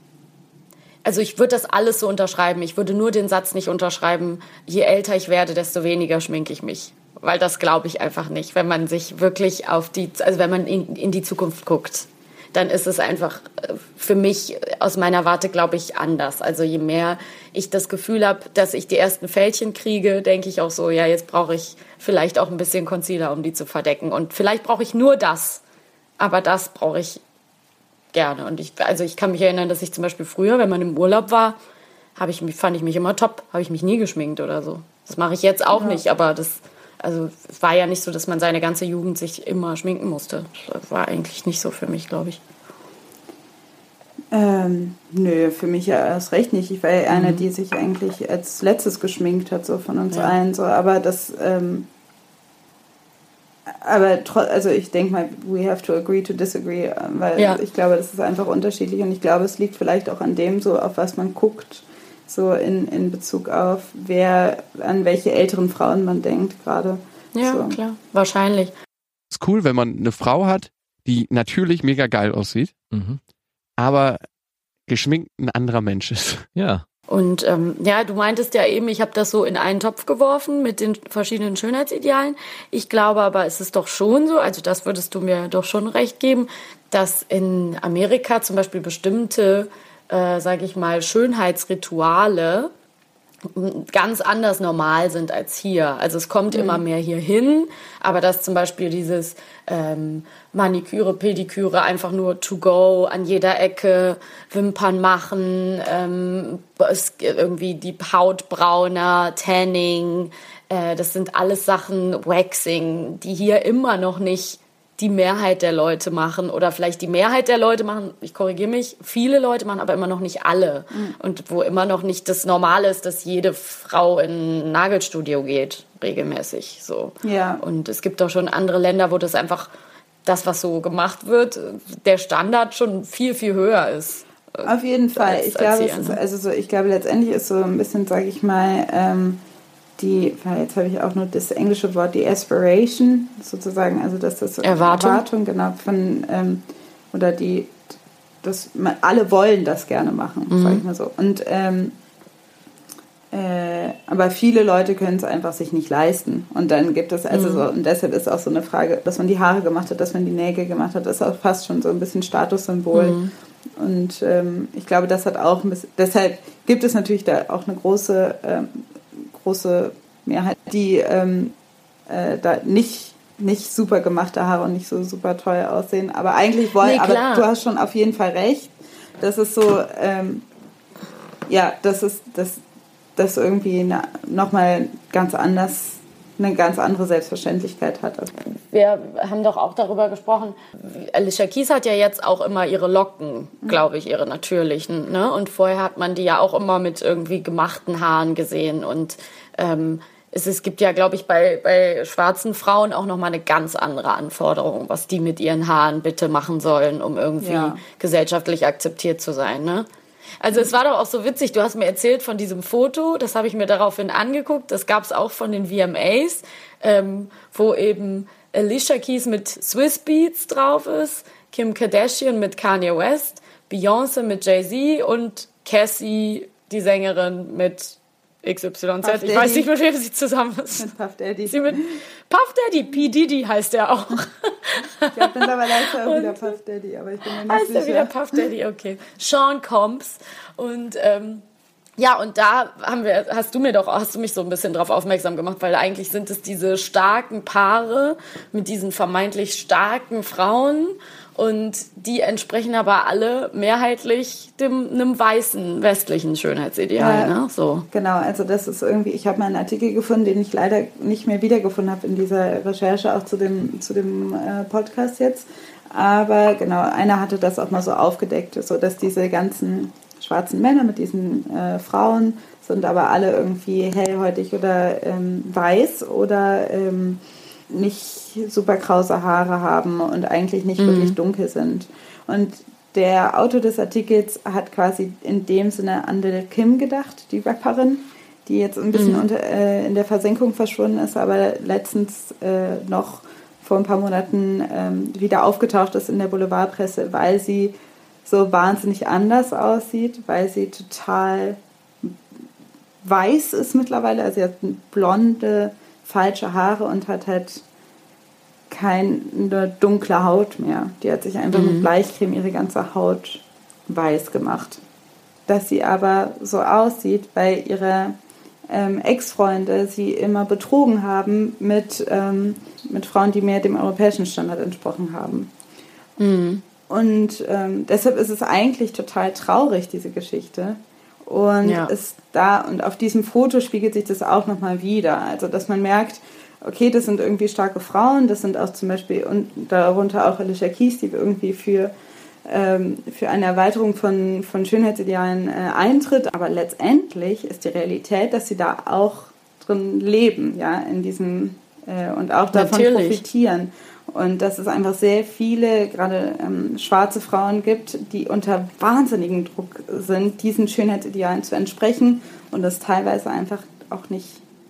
S2: also ich würde das alles so unterschreiben. Ich würde nur den Satz nicht unterschreiben, je älter ich werde, desto weniger schminke ich mich. Weil das glaube ich einfach nicht. Wenn man sich wirklich auf die, also wenn man in, in die Zukunft guckt, dann ist es einfach für mich aus meiner Warte, glaube ich, anders. Also je mehr ich das Gefühl habe, dass ich die ersten Fältchen kriege, denke ich auch so, ja, jetzt brauche ich vielleicht auch ein bisschen Concealer, um die zu verdecken. Und vielleicht brauche ich nur das. Aber das brauche ich gerne. Und ich, also ich kann mich erinnern, dass ich zum Beispiel früher, wenn man im Urlaub war, habe ich mich, fand ich mich immer top, habe ich mich nie geschminkt oder so. Das mache ich jetzt auch ja. nicht, aber das, also es war ja nicht so, dass man seine ganze Jugend sich immer schminken musste. Das war eigentlich nicht so für mich, glaube ich.
S3: Ähm, nö, für mich ja erst recht nicht. Ich war ja eine, mhm. die sich eigentlich als letztes geschminkt hat, so von uns ja. allen. So, aber das, ähm, aber tro- also ich denke mal, we have to agree to disagree, weil ja. ich glaube, das ist einfach unterschiedlich und ich glaube, es liegt vielleicht auch an dem, so auf was man guckt, so in, in Bezug auf, wer, an welche älteren Frauen man denkt gerade.
S2: Ja,
S3: so.
S2: Klar, wahrscheinlich.
S7: Ist cool, wenn man eine Frau hat, die natürlich mega geil aussieht, mhm. aber geschminkt ein anderer Mensch ist.
S8: Ja.
S2: Und ähm, ja, du meintest ja eben, ich habe das so in einen Topf geworfen mit den verschiedenen Schönheitsidealen. Ich glaube aber, es ist doch schon so, also das würdest du mir doch schon recht geben, dass in Amerika zum Beispiel bestimmte, äh, sage ich mal, Schönheitsrituale ganz anders normal sind als hier. Also es kommt mhm. immer mehr hier hin, aber dass zum Beispiel dieses ähm, Maniküre, Pediküre einfach nur to go an jeder Ecke, Wimpern machen, ähm, es, irgendwie die Haut brauner, Tanning, äh, das sind alles Sachen, Waxing, die hier immer noch nicht die Mehrheit der Leute machen oder vielleicht die Mehrheit der Leute machen, ich korrigiere mich, viele Leute machen, aber immer noch nicht alle. Mhm. Und wo immer noch nicht das Normale ist, dass jede Frau in ein Nagelstudio geht, regelmäßig. So.
S3: Ja.
S2: Und es gibt doch schon andere Länder, wo das einfach, das, was so gemacht wird, der Standard schon viel, viel höher ist.
S3: Auf jeden Fall.
S2: Als,
S3: ich, glaube,
S2: es
S3: ist, also so, ich glaube, letztendlich ist so ein bisschen, sage ich mal, ähm, die, jetzt habe ich auch nur das englische Wort, die Aspiration, sozusagen, also dass das
S2: Erwartung,
S3: Erwartung genau, von, ähm, oder die, das, alle wollen das gerne machen, mhm. sage ich mal so. Und, ähm, äh, aber viele Leute können es einfach sich nicht leisten. Und dann gibt es, also mhm. so, und deshalb ist auch so eine Frage, dass man die Haare gemacht hat, dass man die Nägel gemacht hat, das ist auch fast schon so ein bisschen Statussymbol. Mhm. Und ähm, ich glaube, das hat auch ein bisschen, deshalb gibt es natürlich da auch eine große, ähm, große Mehrheit, die ähm, äh, da nicht nicht super gemachte Haare und nicht so super toll aussehen. Aber eigentlich wollen, nee, aber du hast schon auf jeden Fall recht. Das ist so, ähm, ja, das ist, das, das irgendwie na, nochmal ganz anders, eine ganz andere Selbstverständlichkeit hat.
S2: Wir haben doch auch darüber gesprochen, Alicia Keys hat ja jetzt auch immer ihre Locken, glaube ich, ihre natürlichen, ne? Und vorher hat man die ja auch immer mit irgendwie gemachten Haaren gesehen. Und ähm, es, es gibt ja, glaube ich, bei, bei schwarzen Frauen auch nochmal eine ganz andere Anforderung, was die mit ihren Haaren bitte machen sollen, um irgendwie ja. gesellschaftlich akzeptiert zu sein, ne? Also es war doch auch so witzig, du hast mir erzählt von diesem Foto, das habe ich mir daraufhin angeguckt, das gab es auch von den V M As, ähm, wo eben Alicia Keys mit Swiss Beats drauf ist, Kim Kardashian mit Kanye West, Beyoncé mit Jay-Z und Cassie, die Sängerin, mit X Y Z.
S3: Puff
S2: ich weiß nicht, mit wem sie zusammen ist.
S3: Mit Puff Daddy.
S2: Sie mit Puff Daddy, P. Diddy heißt er auch.
S3: Ich glaube, mittlerweile heißt er auch wieder Puff Daddy, aber ich bin mir nicht
S2: heißt
S3: sicher.
S2: Heißt er wieder Puff Daddy, okay. Sean Combs. Und ähm, ja, und da haben wir, hast du mir doch, hast du mich so ein bisschen drauf aufmerksam gemacht, weil eigentlich sind es diese starken Paare mit diesen vermeintlich starken Frauen und die entsprechen aber alle mehrheitlich dem einem weißen westlichen Schönheitsideal, ja, ne? So.
S3: Genau, also das ist irgendwie, ich habe mal einen Artikel gefunden, den ich leider nicht mehr wiedergefunden habe in dieser Recherche, auch zu dem, zu dem äh, Podcast jetzt. Aber genau, einer hatte das auch mal so aufgedeckt, so dass diese ganzen schwarzen Männer mit diesen äh, Frauen sind aber alle irgendwie hellhäutig oder ähm, weiß oder ähm, nicht super krause Haare haben und eigentlich nicht mhm. wirklich dunkel sind. Und der Autor des Artikels hat quasi in dem Sinne an Lil' Kim gedacht, die Rapperin, die jetzt ein bisschen mhm. unter, äh, in der Versenkung verschwunden ist, aber letztens äh, noch vor ein paar Monaten ähm, wieder aufgetaucht ist in der Boulevardpresse, weil sie so wahnsinnig anders aussieht, weil sie total weiß ist mittlerweile. Also sie hat blonde, falsche Haare und hat halt keine dunkle Haut mehr. Die hat sich einfach mhm. mit Bleichcreme ihre ganze Haut weiß gemacht. Dass sie aber so aussieht, weil ihre ähm, Ex-Freunde sie immer betrogen haben mit, ähm, mit Frauen, die mehr dem europäischen Standard entsprochen haben.
S2: Mhm.
S3: Und ähm, deshalb ist es eigentlich total traurig, diese Geschichte. Und
S2: ja.
S3: ist da, und auf diesem Foto spiegelt sich das auch nochmal wieder. Also, dass man merkt, okay, das sind irgendwie starke Frauen, das sind auch zum Beispiel und darunter auch Alicia Keys, die irgendwie für, ähm, für eine Erweiterung von, von Schönheitsidealen äh, eintritt. Aber letztendlich ist die Realität, dass sie da auch drin leben, ja, in diesem äh, und auch davon
S2: Natürlich.
S3: profitieren. Und dass es einfach sehr viele, gerade ähm, schwarze Frauen gibt, die unter wahnsinnigem Druck sind, diesen Schönheitsidealen zu entsprechen und das teilweise einfach auch nicht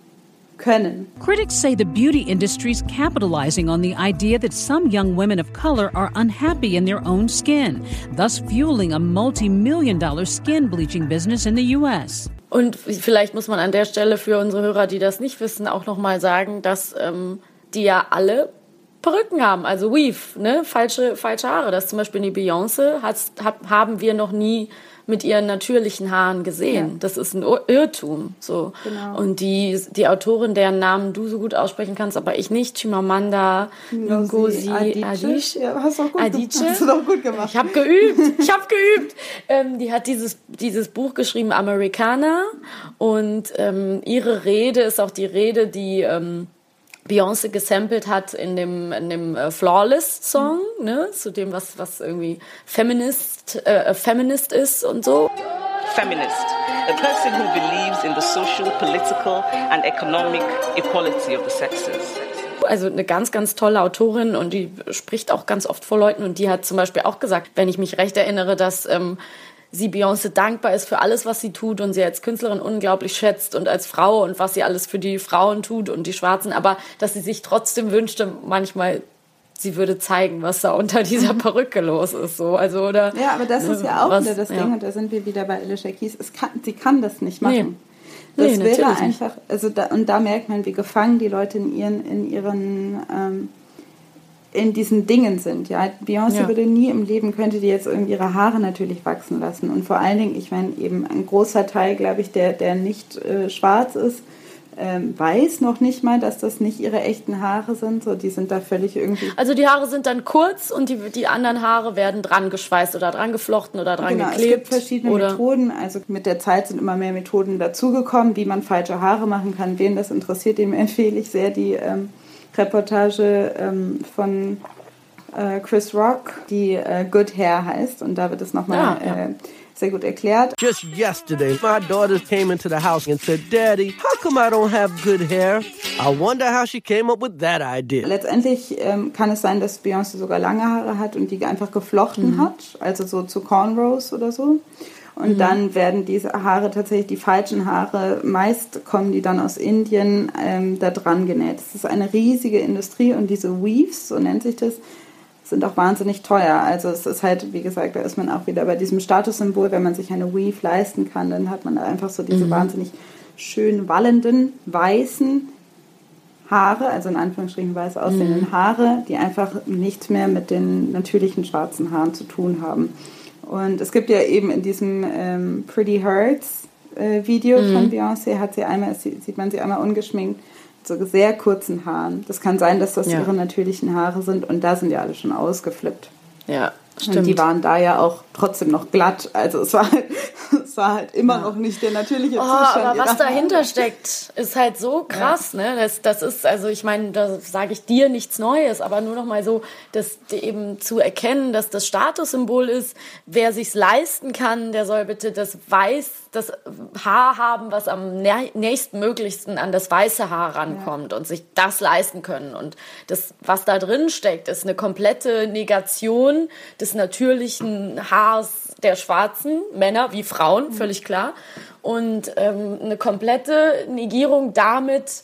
S3: können.
S8: Critics say the beauty industry is capitalizing on the idea that some young women of color are unhappy in their own skin, thus fueling a multi-million dollar skin bleaching business in the U S.
S2: Und vielleicht muss man an der Stelle für unsere Hörer, die das nicht wissen, auch nochmal sagen, dass ähm, die ja alle Perücken haben, also Weave, ne, falsche, falsche Haare. Das zum Beispiel die Beyoncé hat, hat, haben wir noch nie mit ihren natürlichen Haaren gesehen. Ja. Das ist ein Irrtum. So.
S3: Genau.
S2: Und die, die Autorin, deren Namen du so gut aussprechen kannst, aber ich nicht, Chimamanda Ngozi Adichie.
S3: Ja, hast du,
S2: Adichie.
S3: hast du doch gut gemacht.
S2: Ich habe geübt, ich habe geübt. Ähm, die hat dieses, dieses Buch geschrieben, Americana. Und ähm, ihre Rede ist auch die Rede, die ähm, Beyoncé gesampelt hat in dem, in dem äh, Flawless-Song, mhm. ne, zu dem, was, was irgendwie Feminist, äh, Feminist ist und so.
S9: Feminist, a person who believes in the social, political and economic equality of the sexes.
S2: Also eine ganz, ganz tolle Autorin und die spricht auch ganz oft vor Leuten und die hat zum Beispiel auch gesagt, wenn ich mich recht erinnere, dass ähm, sie Beyoncé dankbar ist für alles, was sie tut und sie als Künstlerin unglaublich schätzt und als Frau und was sie alles für die Frauen tut und die Schwarzen, aber dass sie sich trotzdem wünschte, manchmal, sie würde zeigen, was da unter dieser Perücke los ist, so, also, oder?
S3: Ja, aber das ist ja auch
S2: was,
S3: wieder das
S2: ja.
S3: Ding und da sind wir wieder bei Alicia Keys, es kann, sie kann das nicht machen.
S2: Nee.
S3: Das
S2: nee,
S3: wäre einfach, also da, und da merkt man, wie gefangen die Leute in ihren, in ihren, ähm, in diesen Dingen sind. Ja, Beyoncé
S2: ja.
S3: würde nie im Leben, könnte die jetzt irgendwie ihre Haare natürlich wachsen lassen. Und vor allen Dingen, ich meine, eben ein großer Teil, glaube ich, der, der nicht äh, schwarz ist, ähm, weiß noch nicht mal, dass das nicht ihre echten Haare sind. So, die sind da völlig irgendwie...
S2: Also die Haare sind dann kurz und die, die anderen Haare werden dran geschweißt oder dran geflochten oder dran
S3: genau,
S2: geklebt.
S3: Es gibt verschiedene
S2: oder?
S3: Methoden. Also mit der Zeit sind immer mehr Methoden dazugekommen, wie man falsche Haare machen kann. Wen das interessiert, dem empfehle ich sehr die ähm, Reportage ähm, von äh, Chris Rock, die äh, Good Hair heißt. Und da wird es nochmal...
S2: Ja, ja.
S3: Äh, sehr gut erklärt.
S10: Just yesterday, my daughter came into the house and said, Daddy, how come I don't have good hair? I wonder how she came up with that idea.
S3: Letztendlich ähm, kann es sein, dass Beyoncé sogar lange Haare hat und die einfach geflochten mhm. hat, also so zu Cornrows oder so. Und mhm. dann werden diese Haare tatsächlich, die falschen Haare, meist kommen die dann aus Indien, ähm, da dran genäht. Es ist eine riesige Industrie und diese Weaves, so nennt sich das, sind auch wahnsinnig teuer. Also es ist halt, wie gesagt, da ist man auch wieder bei diesem Statussymbol, wenn man sich eine Weave leisten kann, dann hat man da einfach so diese mhm. wahnsinnig schön wallenden, weißen Haare, also in Anführungsstrichen weiß aussehenden mhm. Haare, die einfach nichts mehr mit den natürlichen schwarzen Haaren zu tun haben. Und es gibt ja eben in diesem ähm, Pretty Hurts äh, Video mhm. von Beyoncé, hat sie einmal, sieht man sie einmal ungeschminkt, so sehr kurzen Haaren. Das kann sein, dass das ja. ihre natürlichen Haare sind und da sind ja alle schon ausgeflippt.
S2: Ja, stimmt.
S3: Und die waren da ja auch trotzdem noch glatt. Also es war halt, es war halt immer ja. noch nicht der natürliche
S2: oh,
S3: Zustand.
S2: Aber was dahinter
S3: Haare.
S2: steckt, ist halt so krass. Ja. Ne? Das, das ist, also ich meine, da sage ich dir nichts Neues, aber nur noch mal so, dass eben zu erkennen, dass das Statussymbol ist, wer sich's leisten kann, der soll bitte das Weiß, das Haar haben, was am nächstmöglichsten an das weiße Haar rankommt ja. und sich das leisten können. Und das, was da drin steckt, ist eine komplette Negation des natürlichen Haars der schwarzen Männer wie Frauen, völlig klar. Und ähm, eine komplette Negierung damit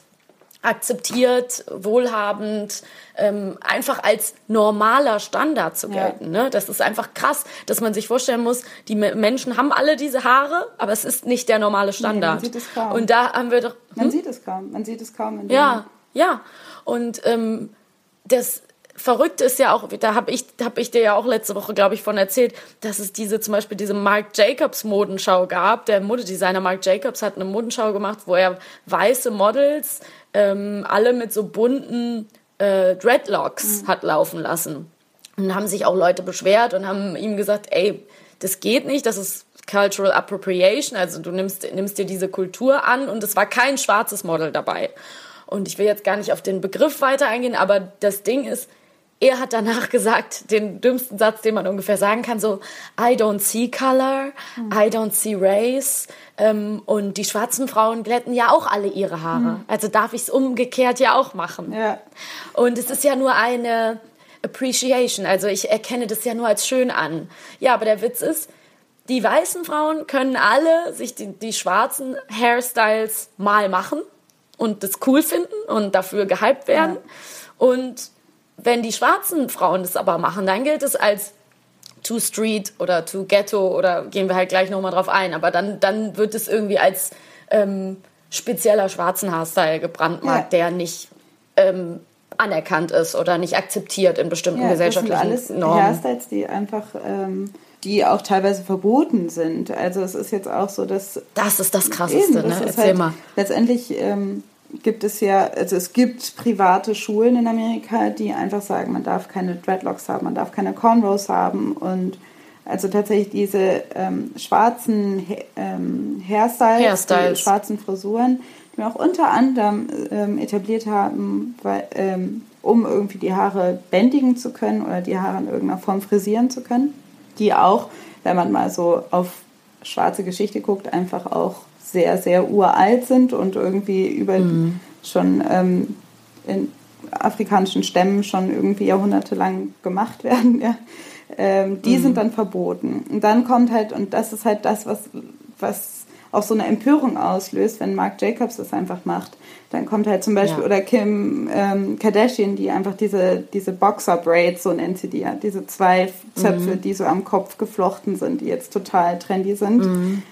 S2: akzeptiert, wohlhabend, ähm, einfach als normaler Standard zu gelten. Ja. Ne? Das ist einfach krass, dass man sich vorstellen muss, die Menschen haben alle diese Haare, aber es ist nicht der normale Standard.
S3: Nee, man sieht es kaum.
S2: Und da haben wir doch... Hm?
S3: Man sieht es kaum, man sieht es kaum. In
S2: ja, ja. Und ähm, das... Verrückt ist ja auch, da habe ich, hab ich dir ja auch letzte Woche, glaube ich, von erzählt, dass es diese zum Beispiel diese Marc Jacobs Modenschau gab. Der Modedesigner Marc Jacobs hat eine Modenschau gemacht, wo er weiße Models ähm, alle mit so bunten äh, Dreadlocks mhm. hat laufen lassen. Und haben sich auch Leute beschwert und haben ihm gesagt, ey, das geht nicht, das ist Cultural Appropriation, also du nimmst, nimmst dir diese Kultur an und es war kein schwarzes Model dabei. Und ich will jetzt gar nicht auf den Begriff weiter eingehen, aber das Ding ist, er hat danach gesagt, den dümmsten Satz, den man ungefähr sagen kann, so, I don't see color, mhm. I don't see race. Ähm, und die schwarzen Frauen glätten ja auch alle ihre Haare. Mhm. Also darf ich es umgekehrt ja auch machen. Ja. Und es ist ja nur eine Appreciation, also ich erkenne das ja nur als schön an. Ja, aber der Witz ist, die weißen Frauen können alle sich die, die schwarzen Hairstyles mal machen und das cool finden und dafür gehypt werden. Ja. Und wenn die schwarzen Frauen das aber machen, dann gilt es als too street oder too ghetto oder gehen wir halt gleich nochmal drauf ein. Aber dann, dann wird es irgendwie als ähm, spezieller schwarzen Haarstyle gebrandmarkt, ja. der nicht ähm, anerkannt ist oder nicht akzeptiert in bestimmten ja, gesellschaftlichen
S3: das sind alles
S2: Normen.
S3: Hairstyles, die einfach... Ähm die auch teilweise verboten sind. Also es ist jetzt auch so, dass...
S2: Das ist das Krasseste,
S3: eben, das
S2: ne?
S3: Erzähl
S2: halt,
S3: mal. Letztendlich ähm, gibt es ja, also es gibt private Schulen in Amerika, die einfach sagen, man darf keine Dreadlocks haben, man darf keine Cornrows haben und also tatsächlich diese ähm, schwarzen ähm, Hairstyles,
S2: Hairstyles.
S3: Die schwarzen Frisuren, die wir auch unter anderem ähm, etabliert haben, weil, ähm, um irgendwie die Haare bändigen zu können oder die Haare in irgendeiner Form frisieren zu können. Die auch, wenn man mal so auf schwarze Geschichte guckt, einfach auch sehr, sehr uralt sind und irgendwie über mhm. schon ähm, in afrikanischen Stämmen schon irgendwie jahrhundertelang gemacht werden. Ja. Ähm, die mhm. sind dann verboten. Und dann kommt halt, und das ist halt das, was, was auch so eine Empörung auslöst, wenn Marc Jacobs das einfach macht. Dann kommt halt zum Beispiel, ja. oder Kim ähm, Kardashian, die einfach diese, diese Boxer-Braids, so nennt sie die ja, diese zwei Zöpfe, mhm. die so am Kopf geflochten sind, die jetzt total trendy sind. Mhm.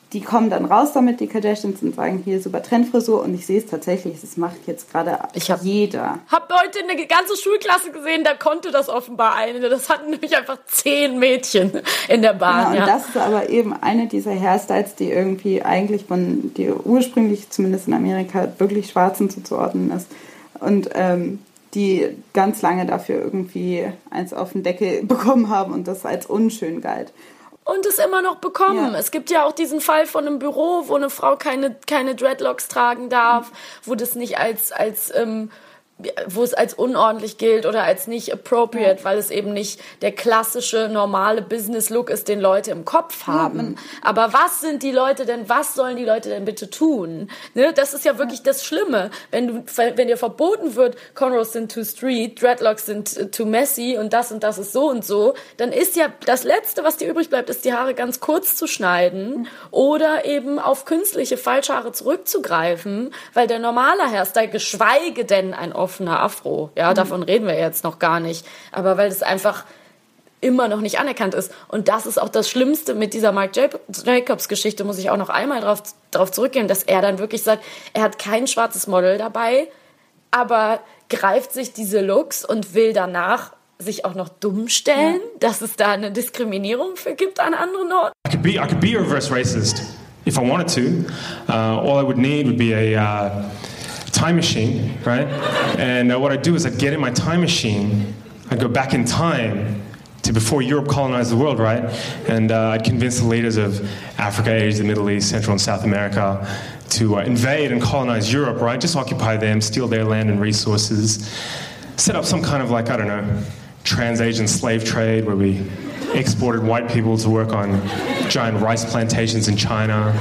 S3: die kommen dann raus damit, die Kardashians, und sagen, hier super Trendfrisur. Und ich sehe es tatsächlich, es macht jetzt gerade
S2: hab,
S3: jeder.
S2: Ich habe heute eine ganze Schulklasse gesehen, da konnte das offenbar eine. Das hatten nämlich einfach zehn Mädchen in der Bahn.
S3: Ja, und
S2: ja.
S3: das ist aber eben eine dieser Hairstyles, die irgendwie eigentlich von, die ursprünglich, zumindest in Amerika, wirklich Schwarzen zuzuordnen ist. Und ähm, die ganz lange dafür irgendwie eins auf den Deckel bekommen haben und das als unschön galt.
S2: Und es immer noch bekommen. Ja. Es gibt ja auch diesen Fall von einem Büro, wo eine Frau keine, keine Dreadlocks tragen darf, wo das nicht als, als ähm, wo es als unordentlich gilt oder als nicht appropriate, ja. weil es eben nicht der klassische, normale Business-Look ist, den Leute im Kopf haben. Ja, aber was sind die Leute denn, was sollen die Leute denn bitte tun? Ne? Das ist ja wirklich ja. das Schlimme. Wenn du, wenn dir verboten wird, Cornrows sind too street, Dreadlocks sind too messy und das und das ist so und so, dann ist ja das Letzte, was dir übrig bleibt, ist die Haare ganz kurz zu schneiden oder eben auf künstliche Falschhaare zurückzugreifen, weil der normale Hairstyle, geschweige denn ein offener Afro, ja, davon reden wir jetzt noch gar nicht, aber weil das einfach immer noch nicht anerkannt ist. Und das ist auch das Schlimmste mit dieser Marc Jacobs-Geschichte, muss ich auch noch einmal drauf, drauf zurückgehen, dass er dann wirklich sagt, er hat kein schwarzes Model dabei, aber greift sich diese Looks und will danach sich auch noch dumm stellen, ja. dass es da eine Diskriminierung für gibt an anderen Orten.
S11: I could be, I could be a reverse racist if I wanted to. Uh, all I would need would be a uh, time machine, right? And uh, what I'd do is I'd get in my time machine, I'd go back in time to before Europe colonized the world, right? And uh, I'd convince the leaders of Africa, Asia, the Middle East, Central and South America to uh, invade and colonize Europe, right? Just occupy them, steal their land and resources, set up some kind of like, I don't know, trans-Asian slave trade where we exported white people to work on giant rice plantations in China.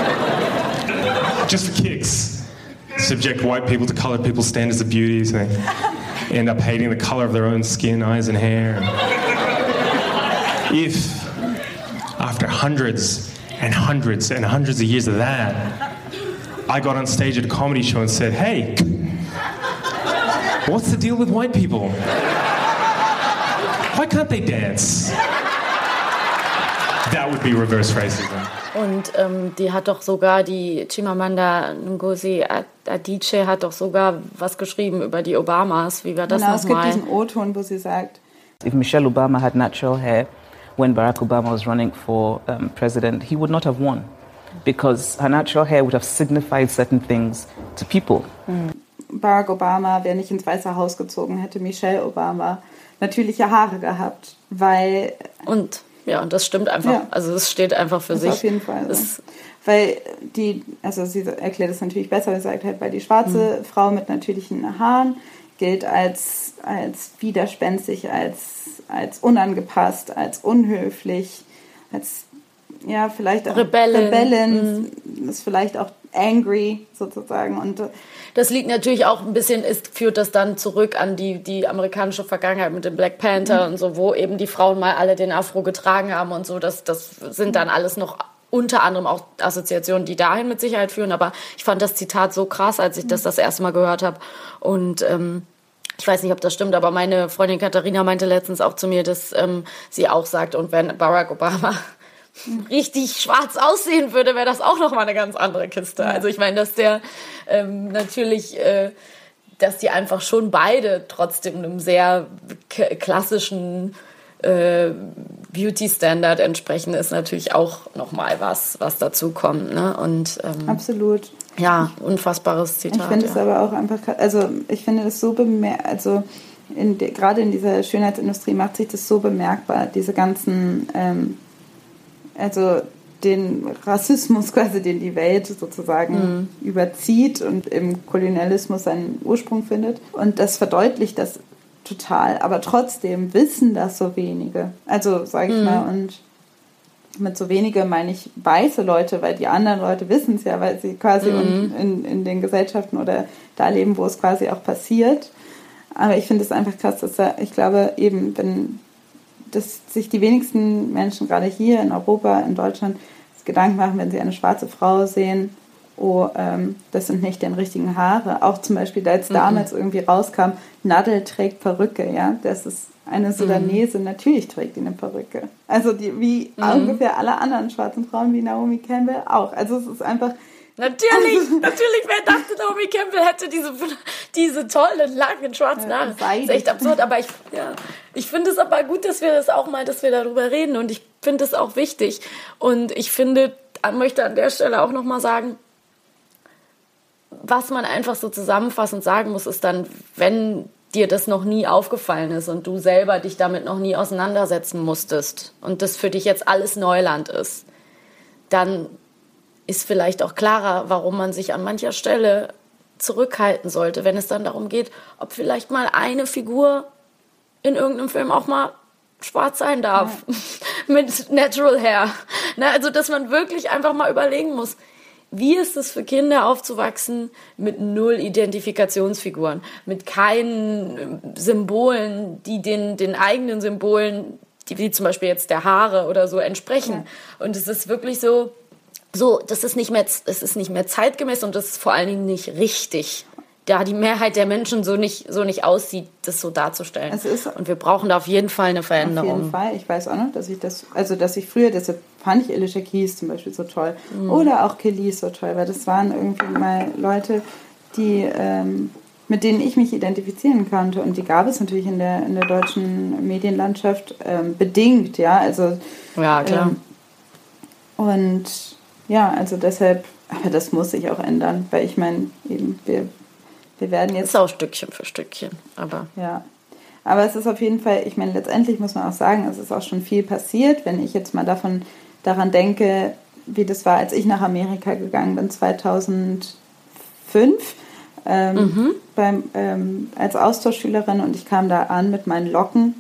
S11: Just for kicks. Subject white people to colored people's standards of beauty, so they end up hating the color of their own skin, eyes, and hair. If, after hundreds and hundreds and hundreds of years of that, I got on stage at a comedy show and said, hey, what's the deal with white people? Why can't they dance? That would be reverse racism.
S2: Und ähm, die hat doch sogar, die Chimamanda Ngozi Adichie hat doch sogar was geschrieben über die Obamas. Wie war das
S3: genau,
S2: nochmal?
S3: Es gibt diesen O-Ton, wo sie sagt,
S12: if Michelle Obama had natural hair when Barack Obama was running for um, president, he would not have won. Because her natural hair would have signified certain things to people.
S3: Barack Obama wäre nicht ins Weiße Haus gezogen, hätte Michelle Obama natürliche Haare gehabt, weil...
S2: Und... Ja, und das stimmt einfach. Ja. Also es steht einfach für
S3: das
S2: sich.
S3: Auf jeden Fall. So. Weil die, also sie erklärt es natürlich besser, sie sagt halt, weil die schwarze mhm. Frau mit natürlichen Haaren gilt als, als widerspenstig, als, als unangepasst, als unhöflich, als ja, vielleicht auch
S2: Rebellen,
S3: Rebellen mhm. ist vielleicht auch angry sozusagen. Und
S2: das liegt natürlich auch ein bisschen, ist, führt das dann zurück an die, die amerikanische Vergangenheit mit dem Black Panther mhm. und so, wo eben die Frauen mal alle den Afro getragen haben und so. Das, das sind dann alles noch unter anderem auch Assoziationen, die dahin mit Sicherheit führen. Aber ich fand das Zitat so krass, als ich das das erste Mal gehört habe. Und ähm, ich weiß nicht, ob das stimmt, aber meine Freundin Katharina meinte letztens auch zu mir, dass ähm, sie auch sagt, und wenn Barack Obama richtig schwarz aussehen würde, wäre das auch nochmal eine ganz andere Kiste. Ja. Also ich meine, dass der ähm, natürlich, äh, dass die einfach schon beide trotzdem einem sehr k- klassischen äh, Beauty-Standard entsprechen, ist natürlich auch nochmal was, was dazu kommt. Ne? Und, ähm,
S3: absolut.
S2: Ja, unfassbares Zitat.
S3: Ich finde
S2: ja.
S3: es aber auch einfach, also ich finde das so bemerkbar, also in de, gerade in dieser Schönheitsindustrie macht sich das so bemerkbar, diese ganzen ähm, also den Rassismus quasi, den die Welt sozusagen mhm. überzieht und im Kolonialismus seinen Ursprung findet. Und das verdeutlicht das total. Aber trotzdem wissen das so wenige. Also, sage ich mhm. mal, und mit so wenige meine ich weiße Leute, weil die anderen Leute wissen es ja, weil sie quasi
S2: mhm.
S3: in, in den Gesellschaften oder da leben, wo es quasi auch passiert. Aber ich finde es einfach krass, dass da, ich glaube eben, wenn dass sich die wenigsten Menschen gerade hier in Europa, in Deutschland, Gedanken machen, wenn sie eine schwarze Frau sehen, oh, ähm, das sind nicht den richtigen Haare. Auch zum Beispiel, als mhm. damals irgendwie rauskam, Nadel trägt Perücke, ja, das ist eine Sudanese, mhm. natürlich trägt die eine Perücke. Also die, wie mhm. ungefähr alle anderen schwarzen Frauen, wie Naomi Campbell auch. Also es ist einfach...
S2: Natürlich, natürlich, wer dachte, Naomi Campbell hätte diese, diese tollen, langen, schwarzen Haare. Das ist echt absurd, aber ich, ja, ich finde es aber gut, dass wir das auch mal, dass wir darüber reden und ich finde es auch wichtig. Und ich finde, möchte an der Stelle auch nochmal sagen, was man einfach so zusammenfassend sagen muss, ist dann, wenn dir das noch nie aufgefallen ist und du selber dich damit noch nie auseinandersetzen musstest und das für dich jetzt alles Neuland ist, dann ist vielleicht auch klarer, warum man sich an mancher Stelle zurückhalten sollte, wenn es dann darum geht, ob vielleicht mal eine Figur in irgendeinem Film auch mal schwarz sein darf, ja. mit Natural Hair. Na, also, dass man wirklich einfach mal überlegen muss, wie ist es für Kinder aufzuwachsen mit null Identifikationsfiguren, mit keinen Symbolen, die den, den eigenen Symbolen, die, wie zum Beispiel jetzt der Haare oder so, entsprechen. Ja. Und es ist wirklich so, So, das ist nicht mehr, es ist nicht mehr zeitgemäß und das ist vor allen Dingen nicht richtig, da die Mehrheit der Menschen so nicht, so nicht aussieht, das so darzustellen.
S3: Es ist,
S2: und wir brauchen da auf jeden Fall eine Veränderung.
S3: Auf jeden Fall. Ich weiß auch noch, dass ich das, also dass ich früher, deshalb fand ich Alicia Keys zum Beispiel so toll mhm. oder auch Kelis so toll, weil das waren irgendwie mal Leute, die, ähm, mit denen ich mich identifizieren konnte und die gab es natürlich in der, in der deutschen Medienlandschaft ähm, bedingt, ja, also
S2: ja, klar.
S3: Ähm, und ja, also deshalb, aber das muss sich auch ändern, weil ich meine, eben, wir, wir werden jetzt...
S2: Das ist auch Stückchen für Stückchen, aber...
S3: Ja, aber es ist auf jeden Fall, ich meine, letztendlich muss man auch sagen, es ist auch schon viel passiert, wenn ich jetzt mal davon, daran denke, wie das war, als ich nach Amerika gegangen bin, zweitausendfünf, ähm, mhm. beim, ähm, als Austauschschülerin und ich kam da an mit meinen Locken,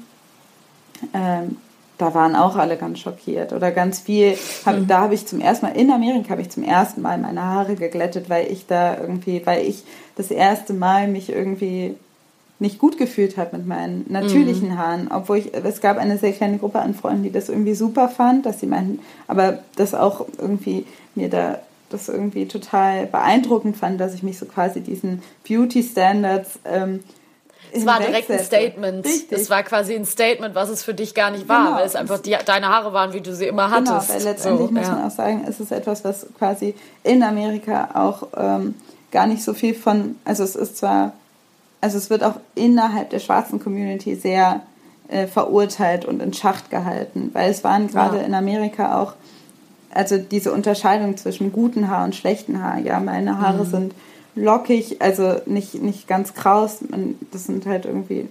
S3: ähm, da waren auch alle ganz schockiert oder ganz viel. Hab, mhm. Da habe ich zum ersten Mal, in Amerika habe ich zum ersten Mal meine Haare geglättet, weil ich da irgendwie, weil ich das erste Mal mich irgendwie nicht gut gefühlt habe mit meinen natürlichen mhm. Haaren. Obwohl ich, es gab eine sehr kleine Gruppe an Freunden, die das irgendwie super fand, dass sie meinten, aber das auch irgendwie mir da das irgendwie total beeindruckend fand, dass ich mich so quasi diesen Beauty Standards ähm,
S2: es war direkt ein Statement.
S3: Richtig.
S2: Es war quasi ein Statement, was es für dich gar nicht war,
S3: genau.
S2: weil es einfach die, deine Haare waren, wie du sie immer hattest.
S3: Genau, weil letztendlich so, muss ja. man auch sagen, es ist etwas, was quasi in Amerika auch ähm, gar nicht so viel von, also es ist zwar, also es wird auch innerhalb der schwarzen Community sehr äh, verurteilt und in Schacht gehalten, weil es waren gerade ja. in Amerika auch, also diese Unterscheidung zwischen guten Haar und schlechten Haar. Ja, meine Haare mhm. sind lockig, also nicht, nicht ganz kraus, das sind halt irgendwie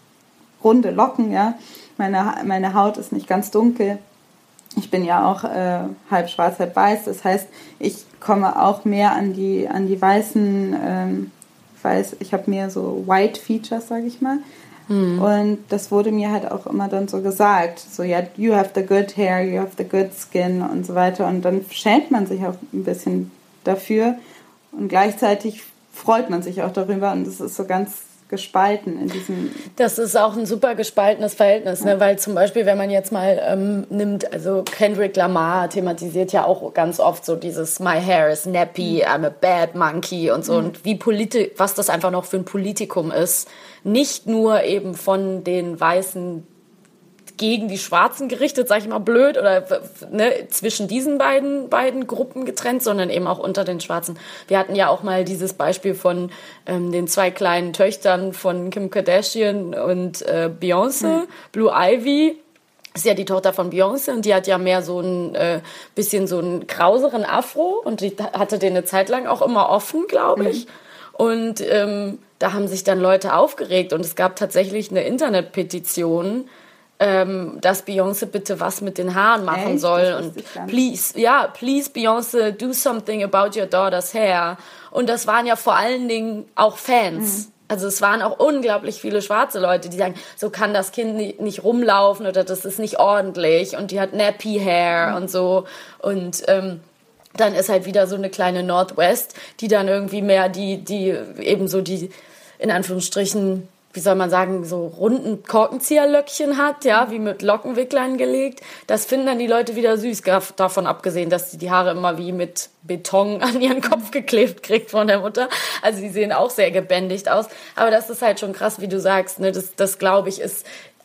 S3: runde Locken, ja. Meine, meine Haut ist nicht ganz dunkel. Ich bin ja auch äh, halb schwarz, halb weiß, das heißt, ich komme auch mehr an die, an die weißen, ähm, weiß, ich habe mehr so White Features, sage ich mal. Mhm. Und das wurde mir halt auch immer dann so gesagt, so ja, you have the good hair, you have the good skin und so weiter. Und dann schämt man sich auch ein bisschen dafür. Und gleichzeitig freut man sich auch darüber und es ist so ganz gespalten in diesem...
S2: Das ist auch ein super gespaltenes Verhältnis, ja. ne? Weil zum Beispiel, wenn man jetzt mal ähm, nimmt, also Kendrick Lamar thematisiert ja auch ganz oft so dieses My hair is nappy, I'm a bad monkey und so mhm. und wie politi- was das einfach noch für ein Politikum ist. Nicht nur eben von den weißen gegen die Schwarzen gerichtet, sag ich mal blöd, oder ne, zwischen diesen beiden, beiden Gruppen getrennt, sondern eben auch unter den Schwarzen. Wir hatten ja auch mal dieses Beispiel von ähm, den zwei kleinen Töchtern von Kim Kardashian und äh, Beyoncé, mhm. Blue Ivy, ist ja die Tochter von Beyoncé und die hat ja mehr so ein äh, bisschen so einen krauseren Afro und die hatte den eine Zeit lang auch immer offen, glaube ich. Mhm. Und ähm, da haben sich dann Leute aufgeregt und es gab tatsächlich eine Internetpetition, Ähm, dass Beyoncé bitte was mit den Haaren machen Echt? soll und please, ja, please Beyoncé, do something about your daughter's hair. Und das waren ja vor allen Dingen auch Fans. Mhm. Also es waren auch unglaublich viele schwarze Leute, die sagen, so kann das Kind nicht, nicht rumlaufen oder das ist nicht ordentlich und die hat nappy hair mhm. und so. Und ähm, dann ist halt wieder so eine kleine Northwest, die dann irgendwie mehr die, die eben so die, in Anführungsstrichen, wie soll man sagen, so runden Korkenzieherlöckchen hat, ja, wie mit Lockenwicklern gelegt. Das finden dann die Leute wieder süß, davon abgesehen, dass sie die Haare immer wie mit Beton an ihren Kopf geklebt kriegt von der Mutter. Also die sehen auch sehr gebändigt aus. Aber das ist halt schon krass, wie du sagst, ne, das, das glaube ich ist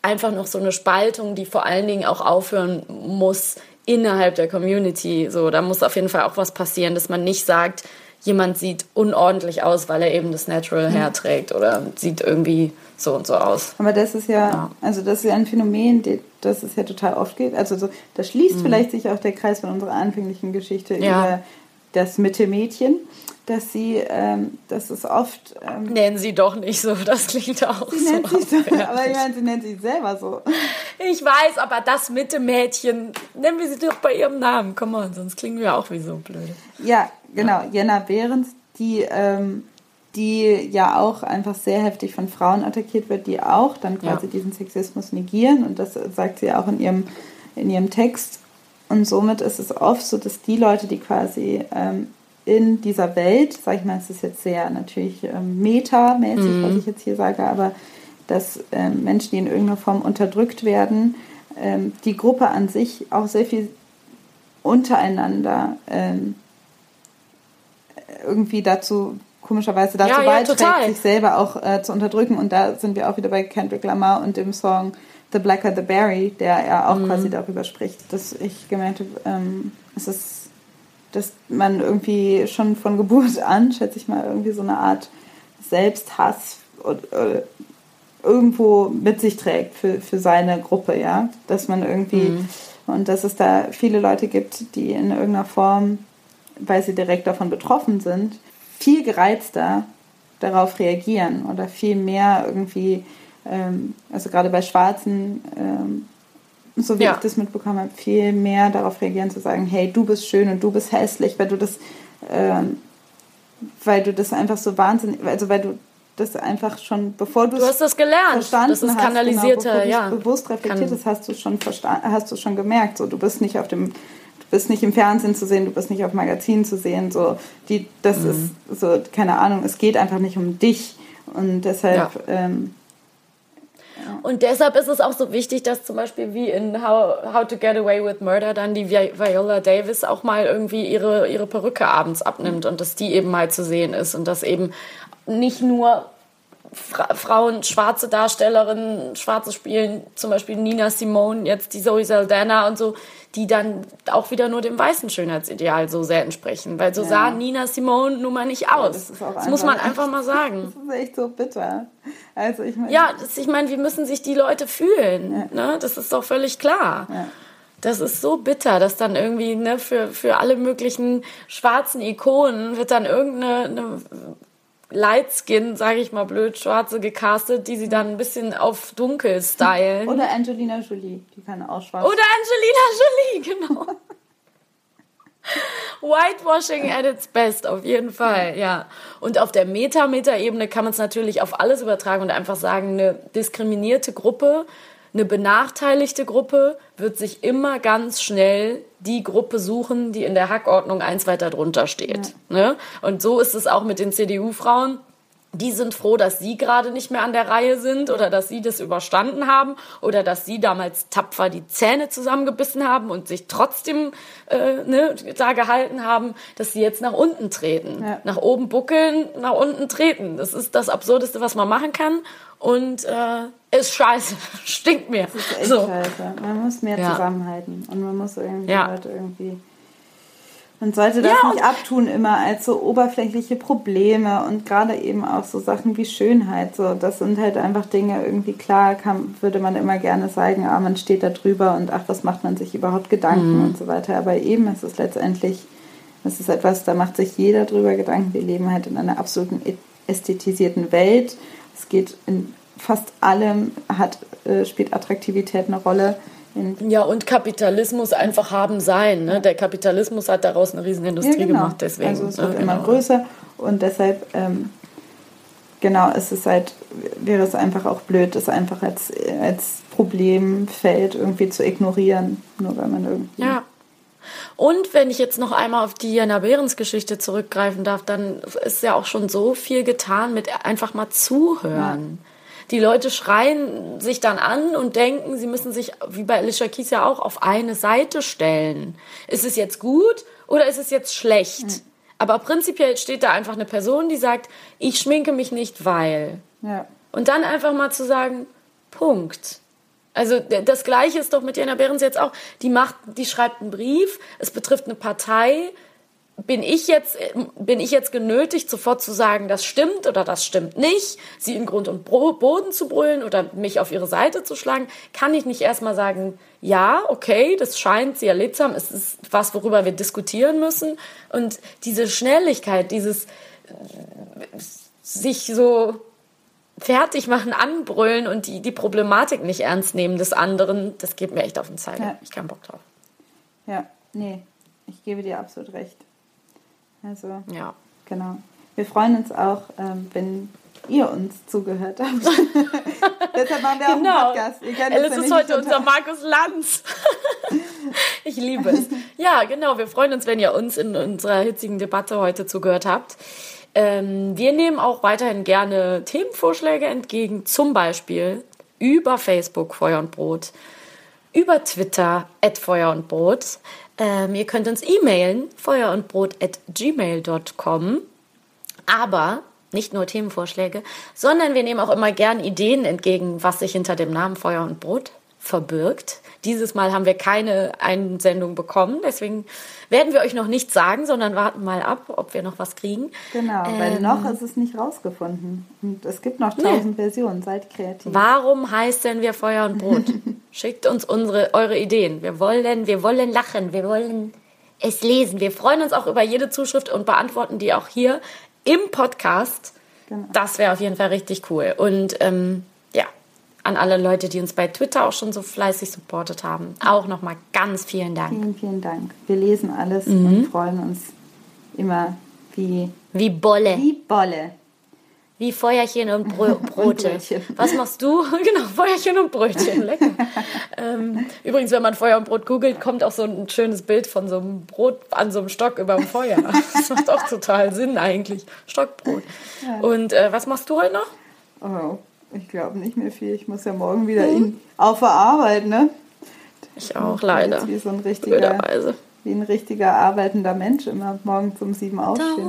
S2: einfach noch so eine Spaltung, die vor allen Dingen auch aufhören muss innerhalb der Community. So, da muss auf jeden Fall auch was passieren, dass man nicht sagt, jemand sieht unordentlich aus, weil er eben das Natural Hair trägt oder sieht irgendwie so und so aus.
S3: Aber das ist ja, ja. also das ist ja ein Phänomen, das es ja total oft geht. Also so, da schließt mhm. vielleicht sich auch der Kreis von unserer anfänglichen Geschichte ja. über das Mitte-Mädchen, dass sie, ähm, das ist oft... Ähm,
S2: nennen sie doch nicht so, das klingt auch
S3: sie
S2: so.
S3: Nennt sich so aber ich meine, sie nennt sich selber so.
S2: Ich weiß, aber das Mitte-Mädchen, nennen wir sie doch bei ihrem Namen, come on, sonst klingen wir auch wie so blöde.
S3: Ja, genau, Jenna Behrens, die, ähm, die ja auch einfach sehr heftig von Frauen attackiert wird, die auch dann quasi ja. diesen Sexismus negieren und das sagt sie auch in ihrem, in ihrem Text. Und somit ist es oft so, dass die Leute, die quasi ähm, in dieser Welt, sag ich mal, es ist jetzt sehr natürlich ähm, metamäßig, mhm. was ich jetzt hier sage, aber dass ähm, Menschen, die in irgendeiner Form unterdrückt werden, ähm, die Gruppe an sich auch sehr viel untereinander ähm, irgendwie dazu, komischerweise dazu ja, ja, beiträgt, total. sich selber auch äh, zu unterdrücken. Und da sind wir auch wieder bei Kendrick Lamar und dem Song The Blacker the Berry, der ja auch mhm. quasi darüber spricht, dass ich gemerkt habe, ähm, es ist, dass man irgendwie schon von Geburt an, schätze ich mal, irgendwie so eine Art Selbsthass und, äh, irgendwo mit sich trägt für, für seine Gruppe, ja, dass man irgendwie mhm. und dass es da viele Leute gibt, die in irgendeiner Form, weil sie direkt davon betroffen sind, viel gereizter darauf reagieren oder viel mehr irgendwie, ähm, also gerade bei Schwarzen, ähm, so wie ja. ich das mitbekommen habe, viel mehr darauf reagieren zu sagen, hey, du bist schön und du bist hässlich, weil du das, ähm, weil du das einfach so wahnsinnig, also weil du das einfach schon, bevor du
S2: du hast das gelernt,
S3: verstanden
S2: das ist
S3: hast,
S2: kanalisierte,
S3: genau, bevor
S2: ja,
S3: du bewusst reflektiert hast, hast du schon verstanden, hast du schon gemerkt, so du bist nicht auf dem, du bist nicht im Fernsehen zu sehen, du bist nicht auf Magazinen zu sehen, so die, das mhm. ist so, keine Ahnung, es geht einfach nicht um dich und deshalb
S2: ja.
S3: ähm,
S2: Und deshalb ist es auch so wichtig, dass zum Beispiel wie in How, How to Get Away with Murder dann die Viola Davis auch mal irgendwie ihre, ihre Perücke abends abnimmt und dass die eben mal zu sehen ist und dass eben nicht nur Fra- Frauen, schwarze Darstellerinnen, Schwarze spielen, zum Beispiel Nina Simone, jetzt die Zoe Saldana und so, die dann auch wieder nur dem weißen Schönheitsideal so sehr entsprechen. Weil so ja. sah Nina Simone nun mal nicht aus. Ja, das, das muss man einfach mal sagen.
S3: Das ist echt so bitter. Also ich mein,
S2: ja, das, ich meine, wie müssen sich die Leute fühlen? Ja. Ne? Das ist doch völlig klar.
S3: Ja.
S2: Das ist so bitter, dass dann irgendwie ne, für, für alle möglichen schwarzen Ikonen wird dann irgendeine eine Lightskin, sage ich mal blöd, Schwarze gecastet, die sie dann ein bisschen auf dunkel stylen.
S3: Oder Angelina Jolie, die kann auch schwarz.
S2: Oder Angelina Jolie, genau. Whitewashing at its best, auf jeden Fall, ja. Und auf der Meta-Meta-Ebene kann man es natürlich auf alles übertragen und einfach sagen, eine diskriminierte Gruppe, eine benachteiligte Gruppe wird sich immer ganz schnell die Gruppe suchen, die in der Hackordnung eins weiter drunter steht. Ja. Ne? Und so ist es auch mit den C D U-Frauen. Die sind froh, dass sie gerade nicht mehr an der Reihe sind oder dass sie das überstanden haben oder dass sie damals tapfer die Zähne zusammengebissen haben und sich trotzdem äh, ne, da gehalten haben, dass sie jetzt nach unten treten. Ja. Nach oben buckeln, nach unten treten. Das ist das Absurdeste, was man machen kann. Und äh, ist scheiße, stinkt mir.
S3: Das ist echt
S2: so.
S3: scheiße. Man muss mehr
S2: ja.
S3: zusammenhalten und man muss irgendwie
S2: ja.
S3: Leute irgendwie... Man sollte das
S2: ja,
S3: nicht abtun immer als so oberflächliche Probleme und gerade eben auch so Sachen wie Schönheit. So, das sind halt einfach Dinge, irgendwie klar kann, würde man immer gerne sagen, ah, man steht da drüber und ach, was macht man sich überhaupt Gedanken mhm. und so weiter. Aber eben ist es letztendlich, es ist etwas, da macht sich jeder drüber Gedanken. Wir leben halt in einer absoluten ästhetisierten Welt. Es geht in fast allem, hat, äh, spielt Attraktivität eine Rolle.
S2: Ja, und Kapitalismus einfach haben sein. Ne? Der Kapitalismus hat daraus eine Riesenindustrie ja, genau. gemacht. Deswegen,
S3: also es wird
S2: ne?
S3: immer
S2: genau.
S3: größer und deshalb, ähm, genau, ist es halt, wäre es einfach auch blöd, das einfach als, als Problemfeld irgendwie zu ignorieren, nur weil man irgendwie...
S2: Ja. Und wenn ich jetzt noch einmal auf die Jenna Behrens Geschichte zurückgreifen darf, dann ist ja auch schon so viel getan mit einfach mal zuhören. Ja. Die Leute schreien sich dann an und denken, sie müssen sich, wie bei Alicia Keys ja auch, auf eine Seite stellen. Ist es jetzt gut oder ist es jetzt schlecht? Mhm. Aber prinzipiell steht da einfach eine Person, die sagt, ich schminke mich nicht, weil.
S3: Ja.
S2: Und dann einfach mal zu sagen, Punkt. Also das Gleiche ist doch mit Jana Behrens jetzt auch. Die macht, die schreibt einen Brief, es betrifft eine Partei. Bin ich jetzt, bin ich jetzt genötigt, sofort zu sagen, das stimmt oder das stimmt nicht, sie in Grund und Boden zu brüllen oder mich auf ihre Seite zu schlagen? Kann ich nicht erstmal sagen, ja, okay, das scheint sehr seltsam, es ist was, worüber wir diskutieren müssen. Und diese Schnelligkeit, dieses sich so fertig machen, anbrüllen und die, die Problematik nicht ernst nehmen des anderen, das geht mir echt auf den Zeiger. Ja. Ich hab keinen Bock drauf.
S3: Ja, nee, ich gebe dir absolut recht. Also,
S2: ja.
S3: Genau. Wir freuen uns auch, ähm, wenn ihr uns zugehört habt. Deshalb machen wir auch
S2: genau.
S3: einen Podcast.
S2: Es ist heute unser Markus Lanz. Ich liebe es. Ja, genau. Wir freuen uns, wenn ihr uns in unserer hitzigen Debatte heute zugehört habt. Ähm, wir nehmen auch weiterhin gerne Themenvorschläge entgegen, zum Beispiel über Facebook Feuer und Brot, über Twitter at Feuer und Brot. Ähm, ihr könnt uns e-mailen, feuerundbrot at gmail dot com. Aber nicht nur Themenvorschläge, sondern wir nehmen auch immer gern Ideen entgegen, was sich hinter dem Namen Feuer und Brot verbirgt. Dieses Mal haben wir keine Einsendung bekommen, deswegen werden wir euch noch nichts sagen, sondern warten mal ab, ob wir noch was kriegen.
S3: Genau, ähm, weil noch ist es nicht rausgefunden. Und es gibt noch tausend nee. Versionen, seid kreativ.
S2: Warum heißen wir Feuer und Brot? Schickt uns unsere, eure Ideen. Wir wollen, wir wollen lachen, wir wollen es lesen. Wir freuen uns auch über jede Zuschrift und beantworten die auch hier im Podcast. Genau. Das wäre auf jeden Fall richtig cool. Und ähm, ja, an alle Leute, die uns bei Twitter auch schon so fleißig supportet haben, auch nochmal ganz vielen Dank.
S3: Vielen, vielen Dank. Wir lesen alles mhm. und freuen uns immer wie...
S2: Wie Bolle.
S3: Wie Bolle.
S2: Wie Feuerchen und Bro- Brote. Und Was machst du? Genau, Feuerchen und Brötchen. Lecker. ähm, übrigens, wenn man Feuer und Brot googelt, kommt auch so ein schönes Bild von so einem Brot an so einem Stock über dem Feuer. Das macht auch total Sinn eigentlich. Stockbrot. Ja. Und äh, was machst du heute noch?
S3: Oh, ich glaube nicht mehr viel. Ich muss ja morgen wieder hm. in, auf der Arbeit, ne?
S2: Ich auch, leider.
S3: Wie so ein richtiger, wie ein richtiger arbeitender Mensch immer morgens um sieben aufstehen.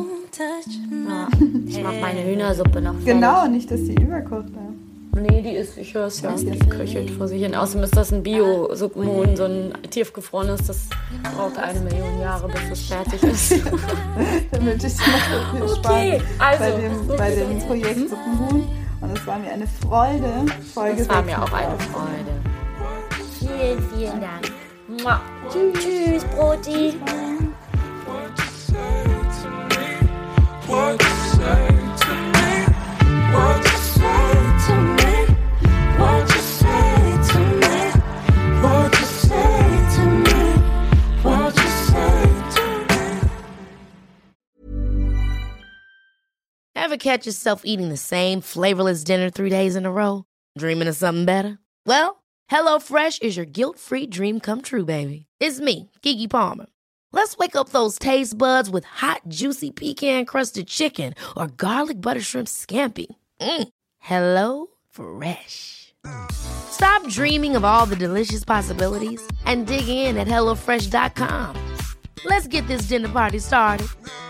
S2: Ja, ich mache meine Hühnersuppe noch fertig.
S3: Genau, nicht, dass die überkocht. Ja.
S2: Nee, die ist, ich höre es ja, die köchelt vor sich hin. Außerdem ist das ein Bio-Suppenhuhn, so ein tiefgefrorenes, das braucht eine Million Jahre, bis es fertig ist.
S3: Dann wünsche ich dir noch so viel Spaß
S2: okay, also,
S3: bei dem, bei dem Projekt Suppenhuhn. Und es war mir eine Freude, Folge
S2: Es war mir auch eine Freude. Vielen, vielen Dank. Mua. Tschüss, Broti.
S13: What you say to me? What you say to me? What you say to me? What you say to me? What you say to me?
S14: Ever catch yourself eating the same flavorless dinner three days in a row? Dreaming of something better? Well, HelloFresh is your guilt-free dream come true, baby. It's me, Keke Palmer. Let's wake up those taste buds with hot, juicy pecan-crusted chicken or garlic butter shrimp scampi. Mm. Hello Fresh. Stop dreaming of all the delicious possibilities and dig in at hello fresh dot com. Let's get this dinner party started.